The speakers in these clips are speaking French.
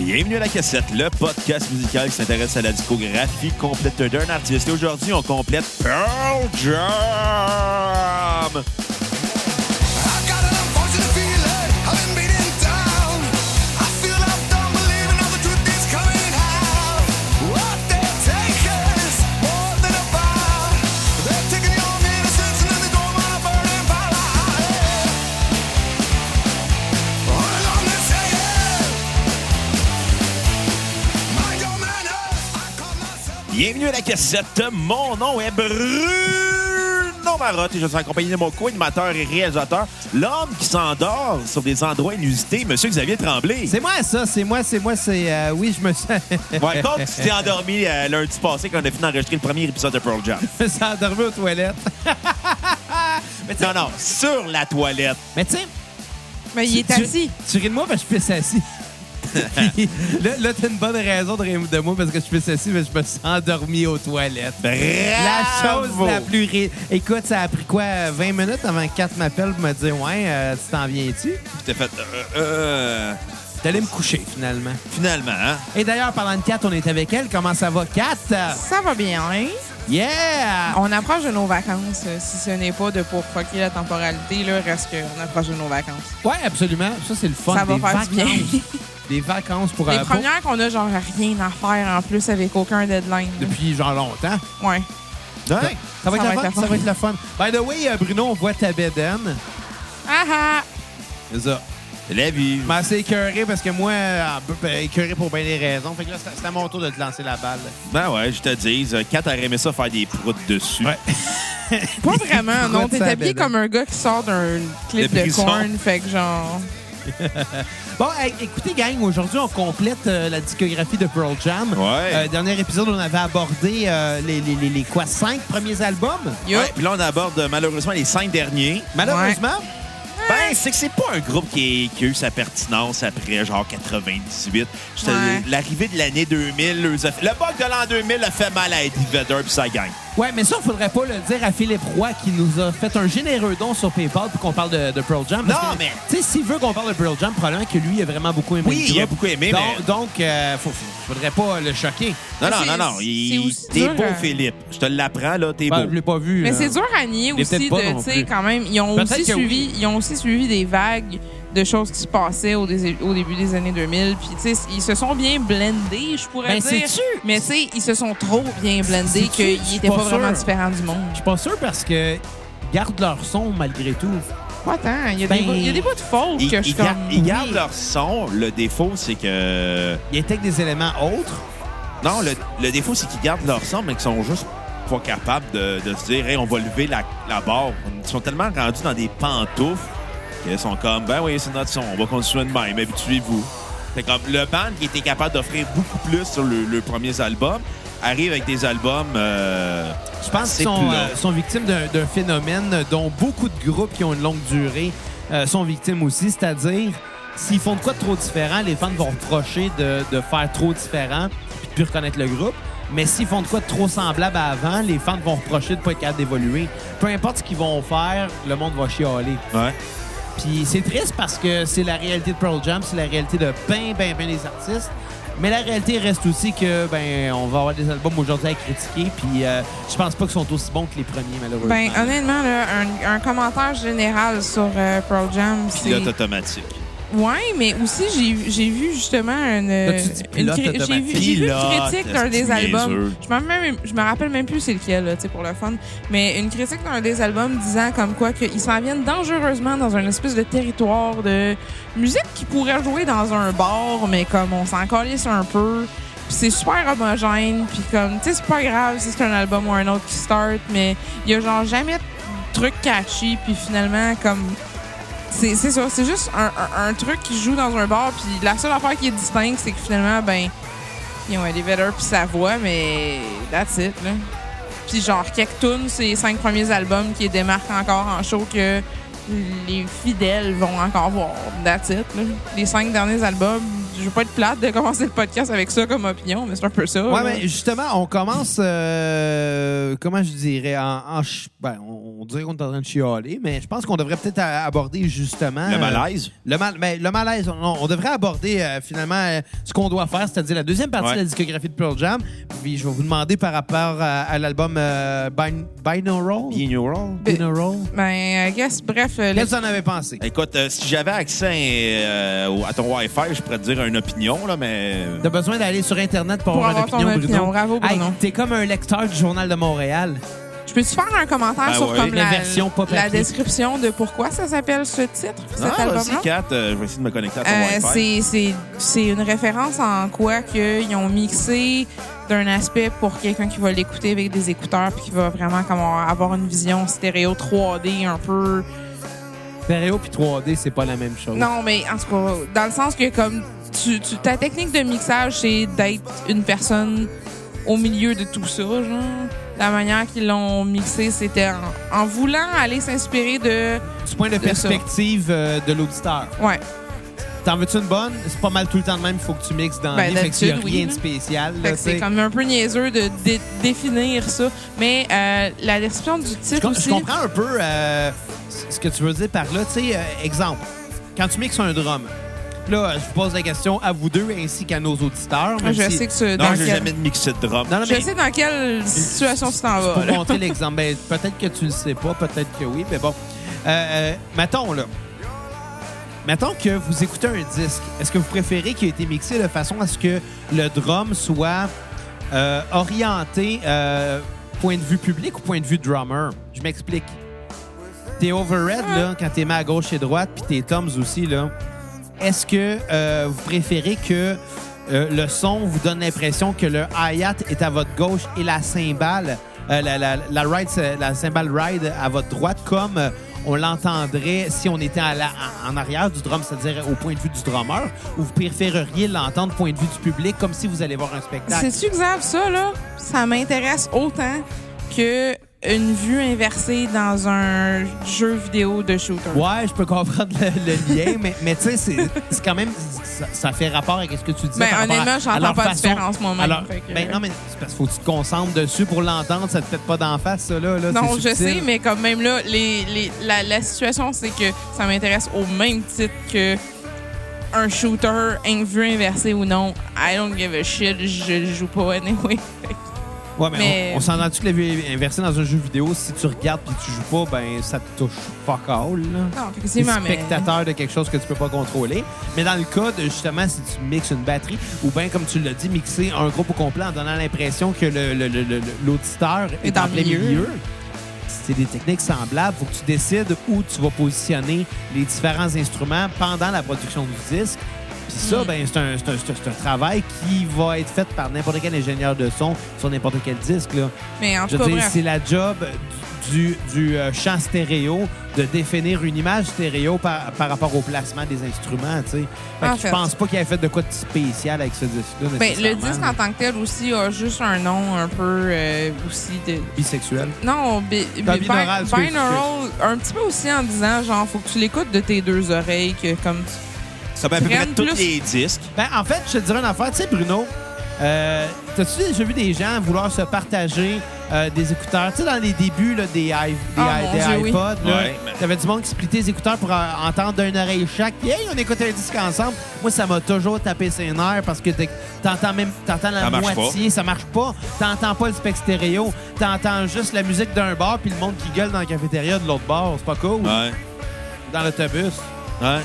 Bienvenue à La Cassette, le podcast musical qui s'intéresse à la discographie complète d'un artiste. Et aujourd'hui, on complète Pearl Jam! Bienvenue à La Cassette, mon nom est Bruno Marotte et je suis accompagné de mon co-animateur et réalisateur, l'homme qui s'endort sur des endroits inusités, M. Xavier Tremblay. C'est moi, ça, c'est moi, oui, je me suis... Ouais, comme tu t'es endormi lundi passé quand on a fini d'enregistrer le premier épisode de Pearl Jam. Je me suis endormi aux toilettes. Non, sur la toilette. Mais tu sais... Mais il est assis. Tu ris de moi parce que je pisse assis. Puis, là t'as une bonne raison de rire de moi parce que je pisse assis, mais je me suis endormi aux toilettes. Bravo! La chose la plus... Écoute, ça a pris quoi, 20 minutes avant que Kat m'appelle pour me dire « Ouais, tu t'en viens-tu? » T'as fait... T'allais me coucher, finalement. Finalement, hein? Et d'ailleurs, parlant de Kat, on est avec elle. Comment ça va, Kat? Ça va bien, hein? Yeah! On approche de nos vacances. Si ce n'est pas de pour fucker la temporalité, là, reste qu'on approche de nos vacances. Ouais, absolument. Ça, c'est le fun. Ça va faire du bien. Des vacances pour... Les premières qu'on a genre rien à faire en plus avec aucun deadline. Depuis genre longtemps. Ouais. Ouais. Ça va être le fun. By the way, Bruno, on voit ta bédaine. Ah ah! C'est ça. C'est la vie. Je m'ai assez écœuré parce que moi, écœuré pour bien des raisons. Fait que là, c'est à mon tour de te lancer la balle. Ben ouais, je te dis. Kat aurait aimé ça faire des proutes dessus. Ouais. Pas vraiment, non. T'es habillé comme un gars qui sort d'un clip de Korn. Fait que genre... Bon, écoutez, gang, aujourd'hui, on complète la discographie de Pearl Jam. Ouais. Dernier épisode, on avait abordé les 5 premiers albums. Yup. Ouais, puis là, on aborde malheureusement les 5 derniers. Malheureusement. Ben, c'est que c'est pas un groupe qui a eu sa pertinence après genre 98. L'arrivée de l'année 2000, le bug de l'an 2000 a fait mal à Eddie Vedder puis sa gang. Ouais, mais ça, il faudrait pas le dire à Philippe Roy qui nous a fait un généreux don sur PayPal pour qu'on parle de Pearl Jam. Non, mais... Tu sais, s'il veut qu'on parle de Pearl Jam, probablement que lui, il a vraiment beaucoup aimé le groupe. Oui, il a beaucoup aimé, mais... Donc, faudrait pas le choquer. Non. T'es beau, dur, Philippe. Je te l'apprends, là, t'es beau. Je l'ai pas vu. Mais c'est dur à nier aussi de, tu sais, quand même, ils ont aussi suivi des vagues de choses qui se passaient au début des années 2000. Puis, tu sais, ils se sont bien blendés, je pourrais dire. C'est-tu? Mais, tu sais, ils se sont trop bien blendés qu'ils n'étaient pas vraiment différents du monde. Je suis pas sûr parce que gardent leur son malgré tout. Pas tant. Il y a des bouts de folk que je suis comme... Ils gardent leur son. Le défaut, c'est que... Ils intègrent des éléments autres. Non, le défaut, c'est qu'ils gardent leur son, mais qu'ils sont juste pas capables de se dire « Hey, on va lever la barre. » Ils sont tellement rendus dans des pantoufles qu'ils sont comme « Ben oui, c'est notre son. On va continuer de même. Habituez-vous. » C'est comme le band qui était capable d'offrir beaucoup plus sur le premier album arrive avec des albums... je pense qu'ils sont victimes d'un phénomène dont beaucoup de groupes qui ont une longue durée sont victimes aussi, c'est-à-dire s'ils font de quoi de trop différent, les fans vont reprocher de faire trop différent puis de plus reconnaître le groupe. Mais s'ils font de quoi de trop semblable à avant, les fans vont reprocher de ne pas être capable d'évoluer. Peu importe ce qu'ils vont faire, le monde va chialer. Ouais. Puis c'est triste parce que c'est la réalité de Pearl Jam, c'est la réalité de ben des artistes. Mais la réalité reste aussi que on va avoir des albums aujourd'hui à critiquer, puis je pense pas qu'ils sont aussi bons que les premiers, malheureusement. Ben, honnêtement, là, un commentaire général sur Pearl Jam, c'est... Pilote automatique. Ouais, mais aussi, j'ai vu justement j'ai vu une critique d'un des albums. Je me rappelle même plus c'est lequel, là, pour le fun. Mais une critique d'un des albums disant comme quoi qu'ils s'en viennent dangereusement dans une espèce de territoire de musique qui pourrait jouer dans un bar, mais comme on s'en calisse un peu. Puis c'est super homogène. Puis comme, tu sais, c'est pas grave si c'est un album ou un autre qui start, mais il y a genre jamais de truc catchy. Puis finalement, comme... C'est ça, c'est juste un truc qui joue dans un bar, puis la seule affaire qui est distincte, c'est que finalement, ils ont Eddie Vedder puis sa voix, mais that's it, là. Puis genre, quelques tunes, c'est les 5 premiers albums qui les démarquent encore en show que les fidèles vont encore voir. That's it, là. Les 5 derniers albums, je veux pas être plate de commencer le podcast avec ça comme opinion, mais c'est un peu ça. Ouais, mais justement, on commence, comment je dirais, on dirait qu'on est en train de chialer, mais je pense qu'on devrait peut-être aborder justement... Le malaise? Le malaise. On devrait aborder finalement ce qu'on doit faire, c'est-à-dire la deuxième partie de la discographie de Pearl Jam. Puis je vais vous demander par rapport à l'album Binaural. Ben, I guess, bref... Qu'est-ce que vous en avez pensé? Écoute, si j'avais accès à ton Wi-Fi, je pourrais te dire une opinion, là, mais... T'as besoin d'aller sur Internet pour avoir une opinion, Bruno. Bravo, Bruno. Hey, t'es comme un lecteur du Journal de Montréal. Je peux-tu faire un commentaire sur comme la description de pourquoi ça s'appelle ce titre, cet album-là? Kat, je vais essayer de me connecter à ton Wi-Fi. C'est une référence en quoi qu'ils ont mixé d'un aspect pour quelqu'un qui va l'écouter avec des écouteurs puis qui va vraiment comme avoir une vision stéréo 3D un peu... Stéréo puis 3D, c'est pas la même chose. Non, mais en tout cas, dans le sens que comme ta technique de mixage, c'est d'être une personne au milieu de tout ça, genre. La manière qu'ils l'ont mixé, c'était en voulant aller s'inspirer du point de perspective de l'auditeur. Ouais. T'en veux-tu une bonne? C'est pas mal tout le temps de même, il faut que tu mixes dans la vie, fait qu'il n'y a rien de spécial. C'est comme un peu niaiseux de définir ça. Mais la description du titre aussi... Je comprends un peu ce que tu veux dire par là. Tu sais, exemple, quand tu mixes un drum, là, je vous pose la question à vous deux ainsi qu'à nos auditeurs. Je sais que c'est non, j'ai jamais mixé de drum. Je sais dans quelle situation tu t'en vas. Pour montrer l'exemple. Ben, peut-être que tu le sais pas, peut-être que oui, mais bon. Mettons que vous écoutez un disque. Est-ce que vous préférez qu'il ait été mixé de façon à ce que le drum soit orienté point de vue public ou point de vue drummer? Je m'explique. T'es overhead, là, quand t'es mis à gauche et droite, puis tes toms aussi, là. Est-ce que vous préférez que le son vous donne l'impression que le hi-hat est à votre gauche et la cymbale, la cymbale ride à votre droite, comme on l'entendrait si on était en arrière du drum, c'est-à-dire au point de vue du drummer, ou vous préféreriez l'entendre point de vue du public, comme si vous allez voir un spectacle? C'est-tu Xav, ça, là? Ça m'intéresse autant que une vue inversée dans un jeu vidéo de shooter. Ouais, je peux comprendre le lien, mais tu sais, c'est quand même... Ça fait rapport avec ce que tu disais. Ben, honnêtement, j'entends pas de différence moi-même. Alors, non, mais c'est parce qu'il faut que tu te concentres dessus pour l'entendre. Ça te fait pas d'en face, ça, là. Non, je sais, mais quand même, là, la situation, c'est que ça m'intéresse au même titre que un shooter, vue inversée ou non. I don't give a shit. Je joue pas anyway. Ouais, mais on s'entend-tu que la vue inversée dans un jeu vidéo, si tu regardes puis tu joues pas, ben ça te touche fuck all. Non, effectivement, mais... spectateur de quelque chose que tu peux pas contrôler. Mais dans le cas de, justement, si tu mixes une batterie, ou bien, comme tu l'as dit, mixer un groupe au complet en donnant l'impression que l'auditeur est en plein milieu. C'est des techniques semblables. Il faut que tu décides où tu vas positionner les différents instruments pendant la production du disque. Puis ça, ben, c'est un travail qui va être fait par n'importe quel ingénieur de son sur n'importe quel disque. Là. Mais en tout cas, c'est la job du champ stéréo de définir une image stéréo par rapport au placement des instruments. Je pense pas qu'il ait fait de quoi de spécial avec ce disque-là. Ben, le disque en tant que tel aussi a juste un nom un peu aussi de... Bisexuel. Non, binaural, un petit peu aussi en disant, genre, faut que tu l'écoutes de tes deux oreilles, que comme... Ça peut à peu près tous les disques. Ben, en fait, je te dirais une affaire. Tu sais, Bruno, t'as-tu déjà vu des gens vouloir se partager des écouteurs? Tu sais, dans les débuts là, des iPods, t'avais du monde qui splittait les écouteurs pour entendre d'une oreille chaque. Puis, hey, on écoutait un disque ensemble. Moi, ça m'a toujours tapé ses nerfs parce que t'entends la moitié, ça marche pas. T'entends pas le spectre stéréo. T'entends juste la musique d'un bar puis le monde qui gueule dans la cafétéria de l'autre bar. C'est pas cool? Ouais. Dans l'autobus. Ouais.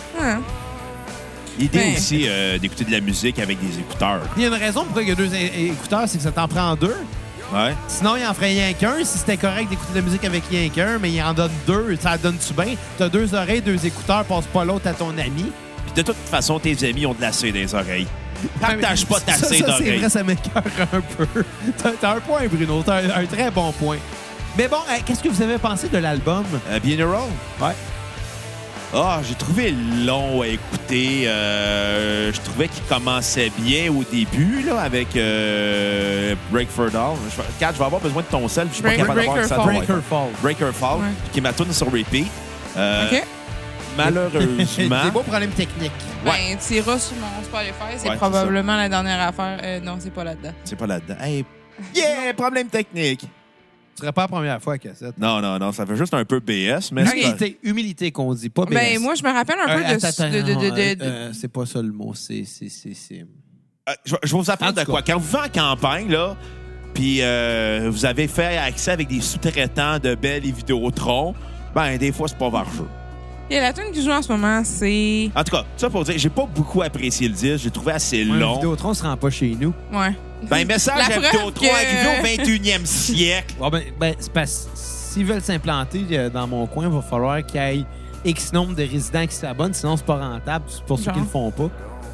L'idée aussi d'écouter de la musique avec des écouteurs. Il y a une raison pourquoi il y a deux écouteurs, c'est que ça t'en prend deux. Ouais. Sinon, il en ferait rien qu'un. Si c'était correct d'écouter de la musique avec rien qu'un, mais il en donne deux. Ça donne-tu bien? T'as deux oreilles, deux écouteurs, passe pas l'autre à ton ami. Puis de toute façon, tes amis ont de la cire dans les oreilles. Partage pas ta cire d'oreille. C'est vrai, ça m'écoeure un peu. T'as un point, Bruno. T'as un très bon point. Mais bon, qu'est-ce que vous avez pensé de l'album? Binaural? Ouais. Ah, j'ai trouvé long à écouter. Je trouvais qu'il commençait bien au début, là, avec Break for Down. Kat, je vais avoir besoin de ton sel. Je suis pas capable d'avoir ça. Breaker Fall. Breaker Fall, qui est ma tune sur repeat. OK. malheureusement... Des beaux problèmes techniques. Ben, tu iras sur mon Spotify, c'est probablement la dernière affaire. Non, c'est pas là-dedans. C'est pas là-dedans. Hey, yeah, problème technique. Ce serait pas la première fois à cassette. Non, ça fait juste un peu BS, mais... Humilité qu'on dit, pas BS. Ben, moi, je me rappelle un peu c'est pas ça le mot, c'est... je vais vous apprendre de quoi. Quand vous vivez en campagne, là, puis vous avez fait accès avec des sous-traitants de Bell et Vidéotron, ben, des fois, c'est pas vargeux. Et la tune qui joue en ce moment, c'est... En tout cas, ça pour dire, j'ai pas beaucoup apprécié le disque. J'ai trouvé assez long. Vidéotron se rend pas chez nous. Ouais. Ben, message à Vidéotron arrivé au 21e siècle. Bon, ben c'est parce s'ils veulent s'implanter dans mon coin, il va falloir qu'il y ait X nombre de résidents qui s'abonnent, sinon c'est pas rentable. C'est pour ceux qui le font pas.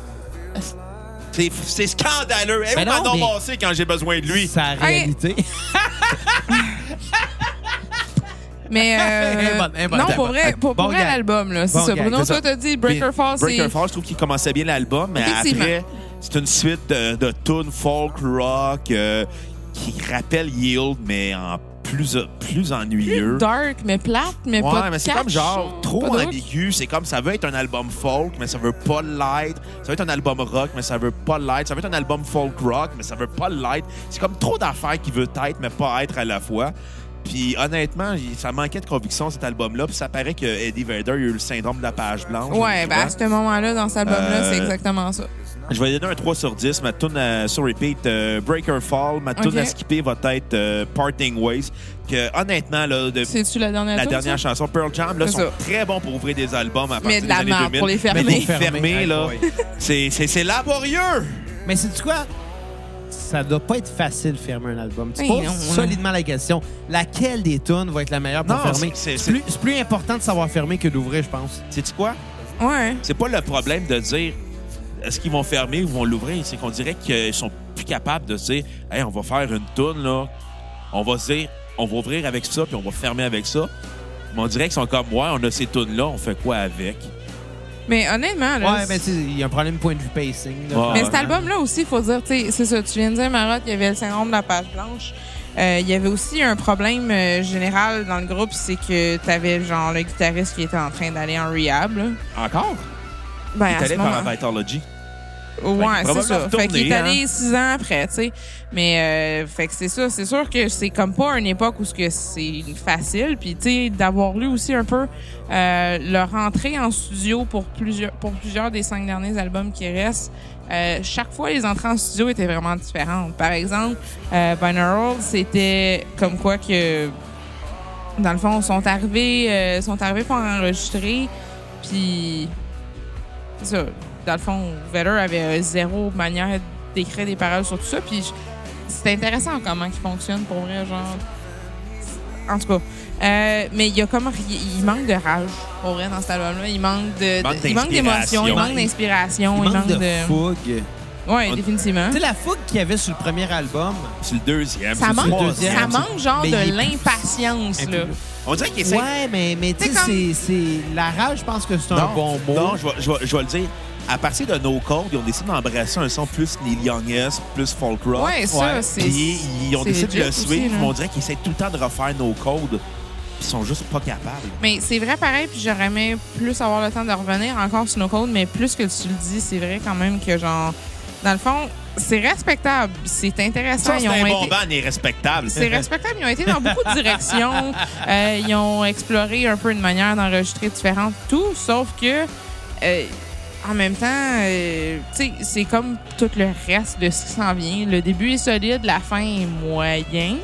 C'est scandaleux. Et vous m'en passé quand j'ai besoin de lui. C'est la réalité. Mais non, pour vrai, l'album, là, c'est ça. Bruno, toi, t'as dit Breaker Fall, c'est... Breaker Fall, je trouve qu'il commençait bien l'album, mais après, c'est une suite de tunes folk rock qui rappelle Yield, mais en plus ennuyeux. Dark, mais plate, mais pas mais c'est comme genre trop ambigu. C'est comme ça veut être un album folk, mais ça veut pas l'être. Ça veut être un album rock, mais ça veut pas l'être. Ça veut être un album folk rock, mais ça veut pas l'être. C'est comme trop d'affaires qui veut être, mais pas être à la fois. Puis honnêtement, ça manquait de conviction cet album-là. Puis ça paraît que Eddie Vedder a eu le syndrome de la page blanche. Ouais, ben à ce moment-là, dans cet album-là, c'est exactement ça. Je vais lui donner un 3 sur 10. Ma tune sur repeat, Breaker Fall. Ma tune à skipper va être Parting Ways. Que honnêtement, là, c'est-tu la dernière chanson, Pearl Jam, là, sont très bons pour ouvrir des albums à partir des années 2000. Pour les fermer. Mais pour fermer, là, c'est laborieux. Mais c'est quoi? Ça doit pas être facile de fermer un album. Tu poses solidement la question. Laquelle des tunes va être la meilleure pour fermer? C'est plus important de savoir fermer que d'ouvrir, je pense. Sais-tu quoi? Ouais. C'est pas le problème de dire est-ce qu'ils vont fermer ou vont l'ouvrir. C'est qu'on dirait qu'ils sont plus capables de dire hey, on va faire une tune, là. On va se dire on va ouvrir avec ça puis on va fermer avec ça. Mais on dirait qu'ils sont comme ouais, on a ces tunes-là, on fait quoi avec? Mais honnêtement, là... Ouais, mais il y a un problème de point de vue pacing. Là. Mais cet album-là aussi, il faut dire, tu sais, c'est ça, tu viens de dire, Marotte, il y avait le syndrome de la page blanche. Il y avait aussi un problème général dans le groupe, c'est que t'avais, genre, le guitariste qui était en train d'aller en rehab, là. Encore? Ben, il est allé par la Vitalogy. Ouais, c'est ça. Fait qu'il est allé 6 ans après, tu sais. Mais, fait que c'est ça. C'est sûr que c'est comme pas une époque où c'est facile. Puis, tu sais, d'avoir lu aussi un peu leur entrée en studio pour plusieurs des 5 derniers albums qui restent. Chaque fois, les entrées en studio étaient vraiment différentes. Par exemple, Binaural, c'était comme quoi que, dans le fond, sont arrivés pour enregistrer. Puis, c'est ça. Dans le fond, Vedder avait zéro manière d'écrire des paroles sur tout ça. Puis c'est intéressant comment il fonctionne pour vrai, genre. En tout cas. Mais il y a comme il manque de rage pour vrai dans cet album-là. Il manque d'émotion, il manque d'inspiration, il manque de fougue. Oui, définitivement. Tu sais, la fougue qu'il y avait sur le premier album, c'est le deuxième. Ça manque genre de l'impatience, là. On dirait qu'il essaie... Ouais, mais tu sais, c'est la rage, je pense que c'est un bon mot. Non, je vais le dire. À partir de No Code, ils ont décidé d'embrasser un son plus Neil Young-esque, plus folk rock. Ouais, ça, c'est... Puis ils ont décidé de le suivre. On dirait qu'ils essaient tout le temps de refaire No Code. Ils sont juste pas capables. Mais c'est vrai pareil, puis j'aurais aimé plus avoir le temps de revenir encore sur No Code, mais plus que tu le dis, c'est vrai quand même que, genre, dans le fond, c'est respectable. C'est intéressant. Ça, c'est un bon band et respectable. C'est respectable. Ils ont été dans beaucoup de directions. Ils ont exploré un peu une manière d'enregistrer différente, tout, sauf que... en même temps, tu sais, c'est comme tout le reste de ce qui s'en vient. Le début est solide, la fin est moyen.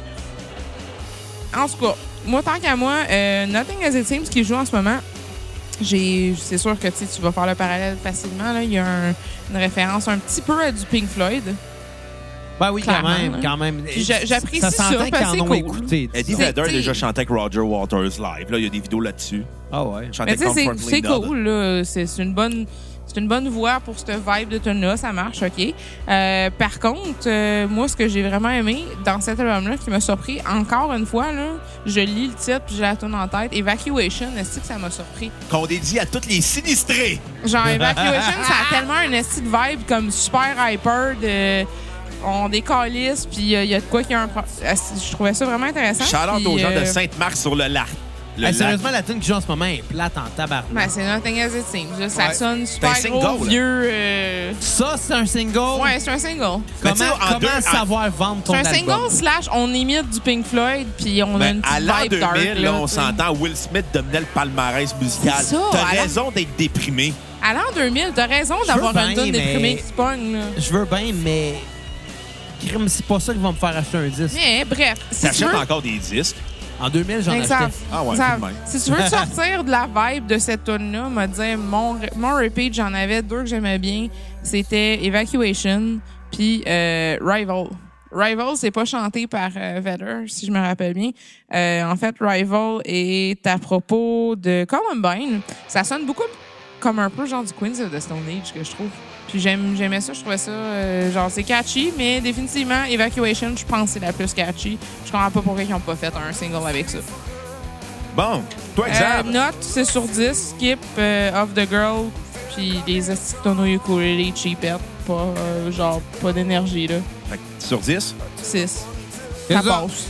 En tout cas, moi, tant qu'à moi, Nothing As It Seems qui joue en ce moment, c'est sûr que tu vas faire le parallèle facilement. Là. Il y a une référence un petit peu à du Pink Floyd. Ben oui, quand même. J'apprécie ça. Ça s'entend qu'ils en ont écouté. Eddie Vedder a déjà chanté avec Roger Waters live. Là, il y a des vidéos là-dessus. Ah ouais. Mais tu sais, c'est cool. Là. C'est une bonne voix pour cette vibe de tune-là. Ça marche, OK. Par contre, moi, ce que j'ai vraiment aimé dans cet album-là, qui m'a surpris, encore une fois, là, je lis le titre puis j'ai la tune en tête. Evacuation, est-ce que ça m'a surpris? Qu'on dédie à tous les sinistrés! Genre, Evacuation, ça a tellement un esti de vibe comme super hyper de... On décalisse, puis il y a de quoi qui a un... Je trouvais ça vraiment intéressant. Shout-out aux gens de Sainte-Marthe sur le Lac. Sérieusement, la tune qui joue en ce moment est plate en tabarnak. Ben, c'est Nothing As It Seems. Ça sonne super gros, vieux... Ça, c'est un single? Ouais, c'est un single. Comment savoir vendre ton album? C'est un single / on imite du Pink Floyd, puis on a une petite vibe dark. À l'an 2000, là, on s'entend, Will Smith dominait le palmarès musical. T'as raison d'être déprimé. À l'an 2000, t'as raison d'avoir une tune déprimée qui se pogne. Là. Je veux bien, mais... c'est pas ça qui va me faire acheter un disque. Mais bref. T'achètes encore des disques? En 2000, j'en achetais. Ah ouais, si tu veux sortir de la vibe de cette tune-là, me dire mon repeat, j'en avais 2 que j'aimais bien. C'était Evacuation puis Rival. Rival, c'est pas chanté par Vedder, si je me rappelle bien. En fait, Rival est à propos de Columbine. Ça sonne beaucoup comme un peu genre du Queens of the Stone Age que je trouve. Puis j'aimais ça, je trouvais ça, genre, c'est catchy, mais définitivement, Evacuation, je pense que c'est la plus catchy. Je comprends pas pourquoi ils n'ont pas fait un single avec ça. Bon, toi, Xav. Note, c'est sur 10, Skip, Off the Girl, puis les tonneaux ukulélé cheapette, pas d'énergie, là. Fait que sur 10? 6. Ça passe.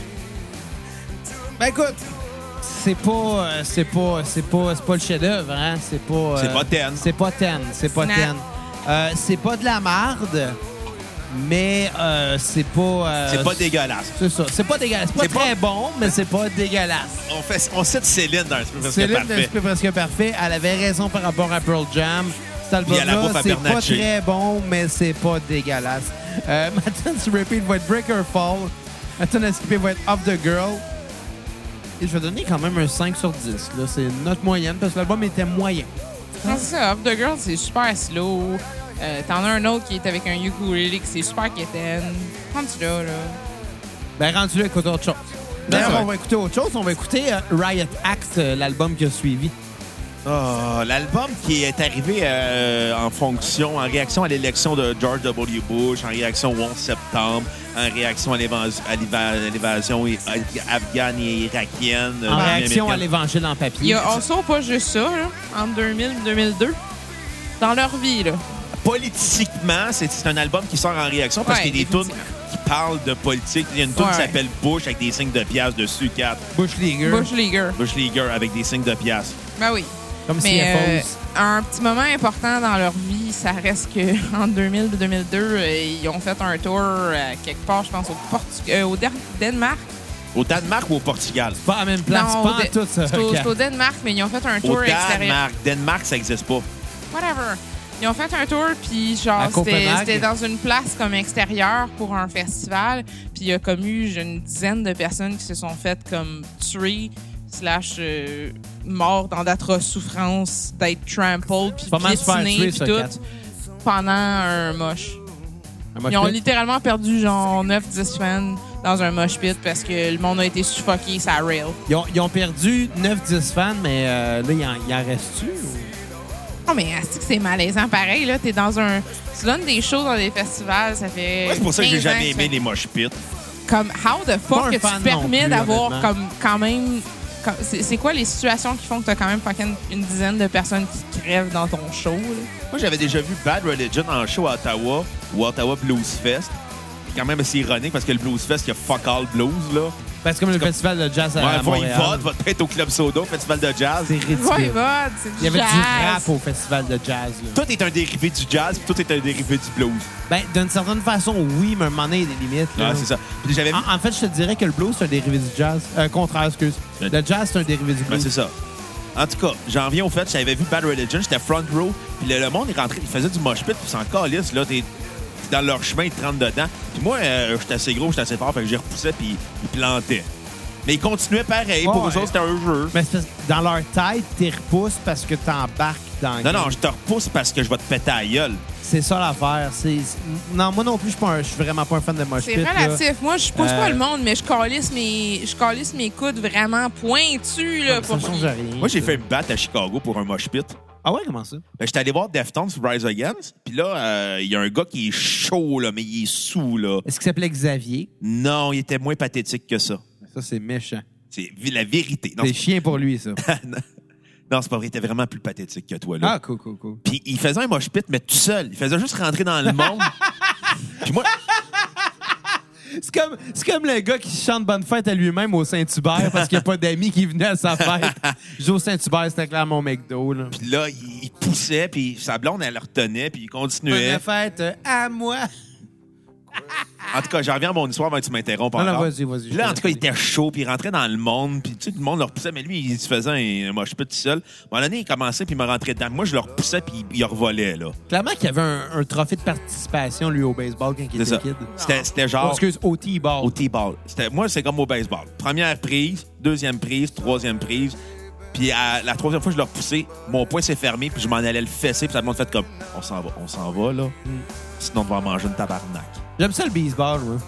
Ben écoute, c'est pas le chef-d'œuvre, hein? C'est pas 10. C'est pas 10. C'est pas 10. C'est pas de la marde, mais c'est pas... c'est pas dégueulasse. C'est ça. C'est pas dégueulasse. C'est pas très bon, mais c'est pas dégueulasse. On cite Céline dans L'Esprit Presque Parfait. Céline dans L'Esprit Presque Parfait. Elle avait raison par rapport à Pearl Jam. Cet album-là, c'est pas très bon, mais c'est pas dégueulasse. Ma tune sur repeat va être Breaker Fall. Ma tune à skipper va être Off the Girl. Et je vais donner quand même un 5 sur 10. Là. C'est une note moyenne parce que l'album était moyen. Non, c'est ça. Off the Girl, c'est super slow. T'en as un autre qui est avec un ukulélé qui c'est super quétaine. Rendu là. Ben, rendu là, écoute autre chose. D'ailleurs, on va écouter autre chose. On va écouter Riot Act, l'album qui a suivi. Oh, l'album qui est arrivé en réaction à l'élection de George W. Bush, en réaction au 11 septembre, en réaction à l'évasion afghane et irakienne. En réaction à l'évangile en papier. Il y a also pas juste ça, là, entre 2000 et 2002. Dans leur vie, là. Politiquement, c'est un album qui sort en réaction parce qu'il y a des tunes qui parlent de politique. Il y a une tune qui s'appelle Bush avec des signes de piastres dessus, 4. Bush Leaguer avec des signes de piastres. Ben oui. Comme un petit moment important dans leur vie, ça reste qu'en 2000 et 2002, ils ont fait un tour quelque part, je pense, au Danemark. Au Danemark ou au Portugal? Pas à la même place, non, pas en tout ça. C'est au Danemark, mais ils ont fait un tour extérieur. Danemark, ça n'existe pas. Whatever. Ils ont fait un tour, puis genre, c'était dans une place comme extérieure pour un festival. Puis il y a comme eu une dizaine de personnes qui se sont faites comme tuer / morts dans d'atroces souffrances, d'être trampled, puis piétinés, puis tout, pendant un mosh. Ils ont littéralement perdu genre 9-10 fans dans un mosh pit parce que le monde a été suffoqué, ça rail. Ils ont perdu 9-10 fans, mais là, il en reste-tu? Non, mais c'est malaisant pareil, là. Tu donnes des shows dans des festivals, ça fait. Ouais, c'est pour ça que j'ai jamais aimé les mosh pits. Comme, how the fuck que tu te permets d'avoir comme quand même. C'est quoi les situations qui font que t'as quand même une dizaine de personnes qui crèvent dans ton show? Là? Moi, j'avais déjà vu Bad Religion en show à Ottawa, ou Ottawa Blues Fest. C'est quand même assez ironique parce que le Blues Fest, il y a fuck all blues, là. Ben, c'est comme le festival de jazz à Montréal. Va être au Club Soda, au festival de jazz. C'est ridicule. C'est du jazz. Il y avait du rap au festival de jazz. Là. Tout est un dérivé du jazz, puis tout est un dérivé du blues. Ben, d'une certaine façon, oui, mais à un moment donné, il y a des limites. Là. Ah, c'est ça. Puis j'avais en fait, je te dirais que le blues, c'est un dérivé du jazz. Contraire, excuse. Le jazz, c'est un dérivé du blues. Ben, c'est ça. En tout cas, j'en viens au fait, j'avais vu Bad Religion, j'étais front row, puis le monde est rentré, il faisait du mosh pit, puis c'est encore lisse, là, t'es dans leur chemin, ils te rentrent dedans. Puis moi, j'étais assez gros, j'étais assez fort, fait que j'y repoussais, puis ils plantaient. Mais ils continuaient pareil. Pour eux autres, c'était un jeu. Mais c'est dans leur tête, t'es repousses parce que t'embarques dans le game. Non, je te repousse parce que je vais te péter à la gueule. C'est ça l'affaire. Non, moi non plus, je suis vraiment pas un fan de mosh pit. C'est relatif. Là. Moi, je pousse pas le monde, mais je calisse mes coudes vraiment pointus. Là, ça change rien. Moi, j'ai fait me battre à Chicago pour un mosh pit. Ah ouais, comment ça? Ben, j'étais allé voir Deftones sur Rise Against. Puis là, il y a un gars qui est chaud, là, mais il est sous, là. Est-ce qu'il s'appelait Xavier? Non, il était moins pathétique que ça. Ça, c'est méchant. C'est la vérité. C'est chien pour lui, ça. Non, c'est pas vrai. Il était vraiment plus pathétique que toi, là. Ah, cool. Puis il faisait un mosh pit, mais tout seul. Il faisait juste rentrer dans le monde. Puis moi... C'est comme le gars qui chante Bonne fête à lui-même au Saint-Hubert parce qu'il n'y a pas d'amis qui venaient à sa fête. Joe Saint-Hubert, c'était clairement mon McDo. Là. Puis là, il poussait, puis sa blonde, elle le retenait, puis il continuait. Bonne fête à moi. En tout cas, j'en reviens à mon histoire avant que tu m'interrompes encore. Non, vas-y. Puis là, en tout cas, il était chaud, puis il rentrait dans le monde, puis tu sais, tout le monde le repoussait, mais lui, il se faisait un moche pit tout seul. À un moment donné, il commençait, puis il me rentrait dedans. Moi, je le repoussais, puis il revolait, là. Clairement qu'il y avait un trophée de participation, lui, au baseball quand il était kid. C'était genre... au T-ball. Au T-ball. Moi, c'est comme au baseball. Première prise, deuxième prise, troisième prise. Puis la troisième fois que je l'ai repoussé, mon poing s'est fermé, puis je m'en allais le fesser, puis ça m'a fait comme, on s'en va, là. Sinon, on va manger une tabarnak. J'aime ça, le baseball, moi.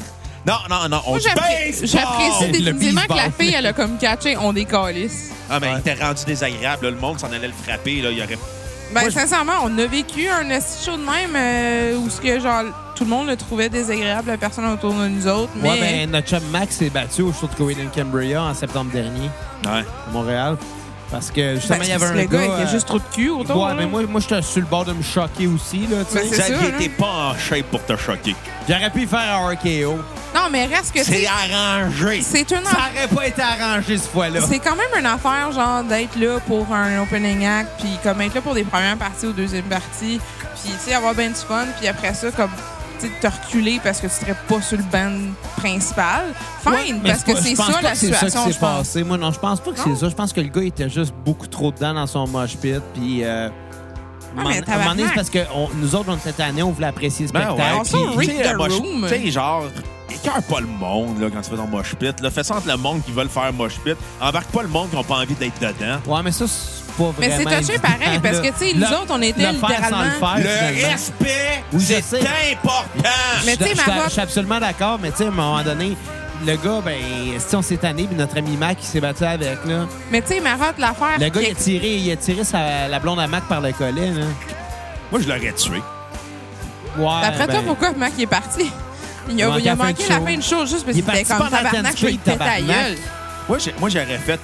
Non, on dit baseball! J'apprécie définitivement que la baseball. fille, elle a comme catché, on décalisse. Ah, mais il était rendu désagréable, là. Le monde s'en allait le frapper, là. Il y aurait... Ben, sincèrement, on a vécu un esti chaud de même où ce que, genre, tout le monde le trouvait désagréable, la personne autour de nous autres. Mais... Ouais, ben, notre chum Max s'est battu au show de Coed and Cambria en septembre dernier. Ouais. À Montréal. Parce que justement, il y avait un le gars. Il gars était juste trop de cul autour. Ouais, mais moi, j'étais sur le bord de me choquer aussi, là, tu sais. Ben, c'est ça, Xavier là. était pas en shape pour te choquer. J'aurais pu y faire un RKO. Non, mais reste que C'est arrangé. c'est une Ça aurait pas été arrangé cette fois-là. C'est quand même une affaire, genre, d'être là pour un opening act, puis comme être là pour des premières parties ou deuxième parties, puis, tu sais, avoir bien du fun, puis après ça, comme, tu sais, te reculer parce que tu serais pas sur le band principal. Fine, Ouais, mais parce que pas- c'est je pense ça pas la que c'est ça situation, qui je s'est pense. passé. Moi, non, je pense pas que Non? c'est ça. Je pense que le gars était juste beaucoup trop dedans dans son mosh pit, puis... Ah, mais à un moment donné, c'est tabarnak. parce que nous autres, cette année, on voulait apprécier le Ben spectacle. ouais. On s'en puis- read Tu sais, the la mosh- room. Tu sais, genre, écœure pas le monde, là, quand tu fais ton mosh pit. Là. Fais ça entre le monde qui veulent faire mosh pit. Embarque pas le monde qui n'a pas envie d'être dedans. Ouais, mais ça, c'est pas Mais vraiment c'est touché évident, pareil, parce que, là. tu sais, nous autres, on était le faire sans le littéralement... faire, Le finalement. respect, Oui, je c'est sais. important. Mais tu sais, Je suis absolument d'accord, mais tu sais, à un moment donné, le gars, ben, si on s'est tanné, puis notre ami Mac, il s'est battu avec, là. Mais tu sais, Marotte, l'affaire... Le gars, qui- il a tiré la blonde à Mac par le collet, là. Moi, je l'aurais tué. Ouais. D'après toi, ben, pourquoi Mac il est parti? Il a manqué la fin de show juste parce Il qu'il est était parti comme pendant tabarnak, le je vais te Speed, péter la tabarnak. gueule. Moi, j'aurais fait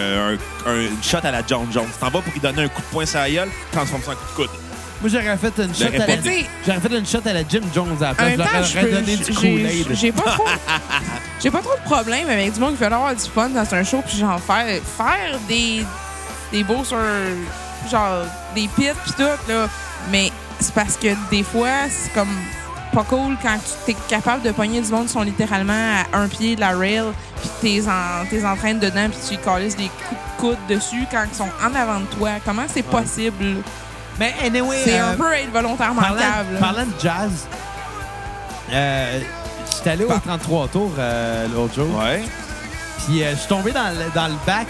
un shot à la John Jones. T'en vas pour lui donner un coup de poing sur la gueule, transforme ça en coup de coude. Moi, j'aurais fait une shot J'aurais à pas la... dit. J'aurais fait une shot à la Jim Jones à la En place. même Je temps, leur aurais donné du Kool-Aid. j'ai pas trop... J'ai pas trop de problème avec du monde qui veut avoir du fun dans un show puis genre faire des beaux sur genre des pits puis tout là, mais c'est parce que des fois c'est comme pas cool quand tu es capable de pogner du monde qui sont littéralement à un pied de la rail puis t'es entraînes dedans puis tu calisses des coups de coude dessus quand ils sont en avant de toi. Comment c'est possible? Mais anyway... C'est un peu être volontairement cave. là. Parlant de jazz, j'étais allé au 33 tours l'autre jour. Ouais. Puis je suis tombé dans le bac...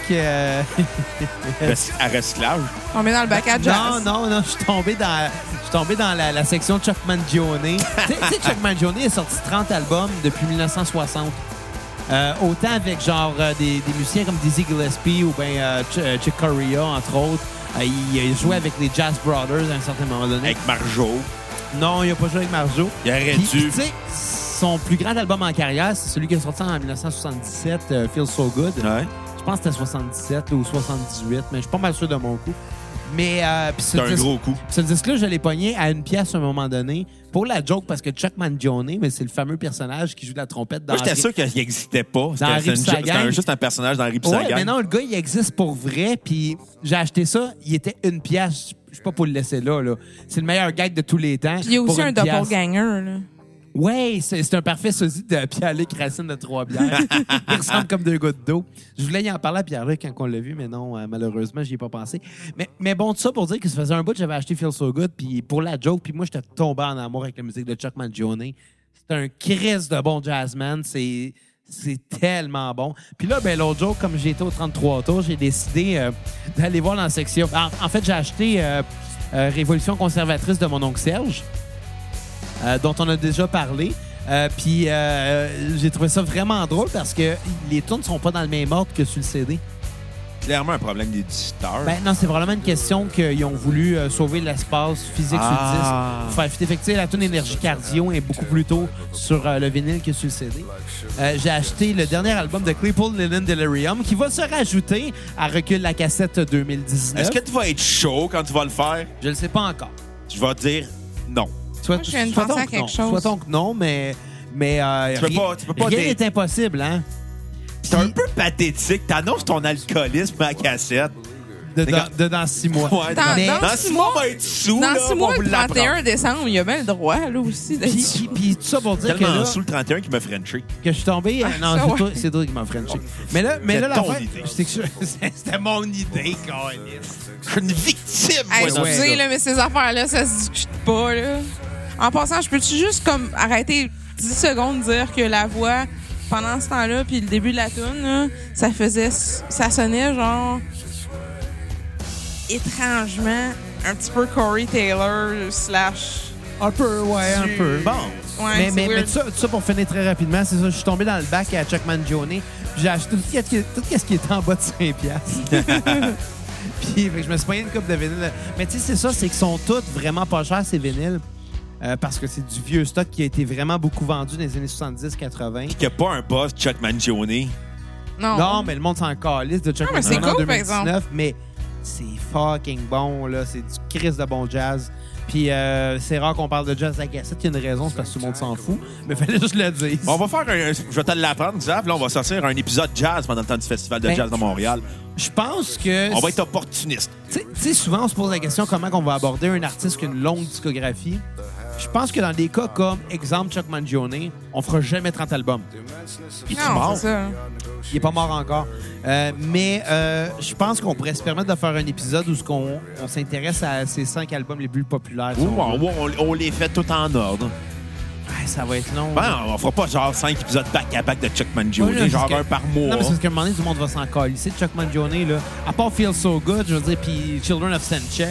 À recyclage. On met dans le bac à jazz. Non, je suis tombé dans la section Chuck Mangione. Tu sais, Chuck Mangione a sorti 30 albums depuis 1960. Autant avec genre des musiciens comme Dizzy Gillespie ou bien Chick Corea, entre autres. Il a joué avec les Jazz Brothers à un certain moment donné. Avec Marjo. Non, il a pas joué avec Marjo. Il aurait Puis, dû. tu sais, son plus grand album en carrière, c'est celui qui est sorti en 1977, Feel So Good. Ouais. Je pense que c'était 77 là, ou 78, mais je suis pas mal sûr de mon coup. Mais puis C'est un gros coup. ce disque-là, je l'ai pogné à une pièce à un moment donné pour la joke parce que Chuck Mangione, mais c'est le fameux personnage qui joue de la trompette dans Moi, j'étais sûr qu'il n'existait pas. Dans Rip Sagan. Juste un personnage dans Rip Ouais, Sagan. mais non, le gars, il existe pour vrai. Puis j'ai acheté ça, il était une pièce. Je suis pas pour le laisser là. C'est le meilleur gag de tous les temps. Puis il y a aussi pour un une pièce. doppelganger là. Ouais, c'est un parfait sosie de Pierre-Luc Racine de Trois-Bières. Il ressemble comme deux gouttes d'eau. Je voulais y en parler à Pierre-Luc quand on l'a vu, mais non, malheureusement, j'y ai pas pensé. Mais bon, tout ça pour dire que ça faisait un bout que j'avais acheté Feel So Good, puis pour la joke, puis moi, j'étais tombé en amour avec la musique de Chuck Mangione. C'est un Chris de bon jazzman. C'est tellement bon. Puis là, ben l'autre jour, comme j'ai été au 33 tours, j'ai décidé d'aller voir dans la section... En fait, j'ai acheté Révolution conservatrice de mon oncle Serge. Dont on a déjà parlé. Puis j'ai trouvé ça vraiment drôle parce que les tunes ne sont pas dans le même ordre que sur le CD. Clairement un problème d'éditeur. Ben non, c'est probablement une question qu'ils ont voulu sauver l'espace physique sur le disque. Pour faire fitter. Fait que, tu sais, la tune Énergie Cardio est beaucoup plus tôt sur le vinyle que sur le CD. J'ai acheté le dernier album de Claypool Linen Delirium qui va se rajouter à Recul la cassette 2019. Est-ce que tu vas être chaud quand tu vas le faire? Je le sais pas encore. Je vais dire non. Moi, je viens de penser à quelque chose. Soit donc non, mais Mais tu peux pas rien n'est impossible, hein? C'est un peu pathétique. T'annonces ton alcoolisme à la cassette. Dans 6 mois. Ouais, dans 6 mois, on va être sous. Dans là, 6 mois, on va le 31 décembre, il y a bien le droit, là aussi, d'être sous. Puis tout ça pour dire que tellement là, sous le 31 qui m'a frenché. que je suis tombé... non, ça, c'est toi qui m'as frenché. Mais là, ton l'affaire, idée. c'est que c'était mon idée, Carlis. Je suis une victime, Hey, moi, dans excusez, ça. là, mais ces affaires-là, ça se discute pas, là. En passant, je peux-tu juste comme arrêter 10 secondes de dire que la voix, pendant ce temps-là, puis le début de la tune, là, ça sonnait genre étrangement un petit peu Corey Taylor / Un peu, ouais, un peu. Bon. Ouais, mais weird. tout ça, pour finir très rapidement, c'est ça. Je suis tombé dans le bac à Chuck Mangione. Puis j'ai acheté tout ce qui était en bas de 5$. Puis fait que je me suis payé une coupe de vinyle. Mais tu sais, c'est ça, c'est qu'ils sont tous vraiment pas chers, ces vinyles. Parce que c'est du vieux stock qui a été vraiment beaucoup vendu dans les années 70-80. Qu'il n'y a pas un boss Chuck Mangione. Non, mais le monde s'en calisse de Chuck mais c'est Mangione en cool, par 2019. exemple. Mais c'est fucking bon, là. C'est du Christ de bon jazz. Puis c'est rare qu'on parle de jazz à la cassette. Il y a une raison, c'est parce que tout le monde s'en fout. Mais fallait juste le dire. On va faire je vais te l'apprendre, Xav. Là, on va sortir un épisode jazz pendant le temps du Festival de Ben, jazz de Montréal. Je pense que... On va être opportuniste. Tu sais, souvent, on se pose la question comment on va aborder un artiste qui a une longue discographie. Je pense que dans des cas comme, exemple, Chuck Mangione, on fera jamais 30 albums. Il est Non, mort. c'est ça. Il est pas mort encore. Mais je pense qu'on pourrait se permettre de faire un épisode où on s'intéresse à ces 5 albums les plus populaires. si Ou on veut. on les fait tout en ordre. Ouais, ça va être long. Ben, on fera pas genre 5 épisodes back-à-back de Chuck Mangione, Ouais, là, genre parce que- un par mois. Non, mais c'est parce qu'à un moment donné, tout le monde va s'en calisser de Chuck Mangione, là. À part Feel So Good, je veux dire, puis Children of Sanchez.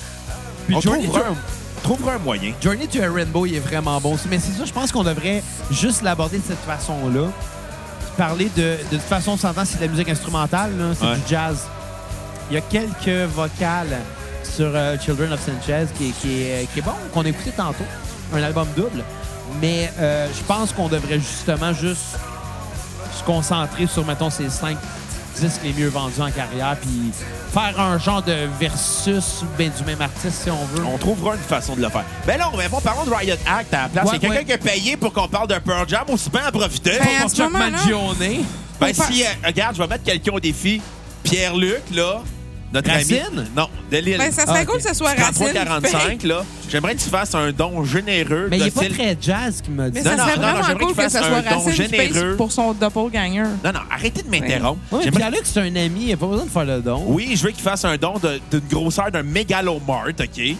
Puis On Journey trouvera un moyen. Journey to a Rainbow, il est vraiment bon aussi. Mais c'est ça, je pense qu'on devrait juste l'aborder de cette façon-là. Parler de toute façon, on s'entend, c'est de la musique instrumentale, là, c'est Ouais. du jazz. Il y a quelques vocales sur Children of Sanchez qui est bon, qu'on a écouté tantôt. Un album double. Mais je pense qu'on devrait justement juste se concentrer sur, mettons, ces 5 disques les mieux vendus en carrière, puis faire un genre de versus ben, du même artiste, si on veut. On trouvera une façon de le faire. Ben là, parlons de Riot Act à la place. Ouais, Il y a quelqu'un ouais. qui a payé pour qu'on parle d'un Pearl Jam, aussi bien en profiter. Ben, à Pour ce Chuck moment-là- Mangione. Ben si, regarde, je vais mettre quelqu'un au défi. Pierre-Luc, là, notre Racine? ami. Non, de Lille. Ben, ça serait Ah, cool ok. que ce soit Racine. 33-45, là. J'aimerais que tu fasses un don généreux. Mais il de n'est pas style- très jazz qui m'a dit. Mais Non, ça non, serait non, vraiment j'aimerais cool qu'il que fasse ce soit un don Racine qui paye généreux. pour son doppelganger. Non, arrêtez de m'interrompre. Oui, J'aimerais- Pierre-Luc, c'est un ami, il n'y a pas besoin de faire le don. Oui, je veux qu'il fasse un don d'une grosseur d'un mégalomart, OK?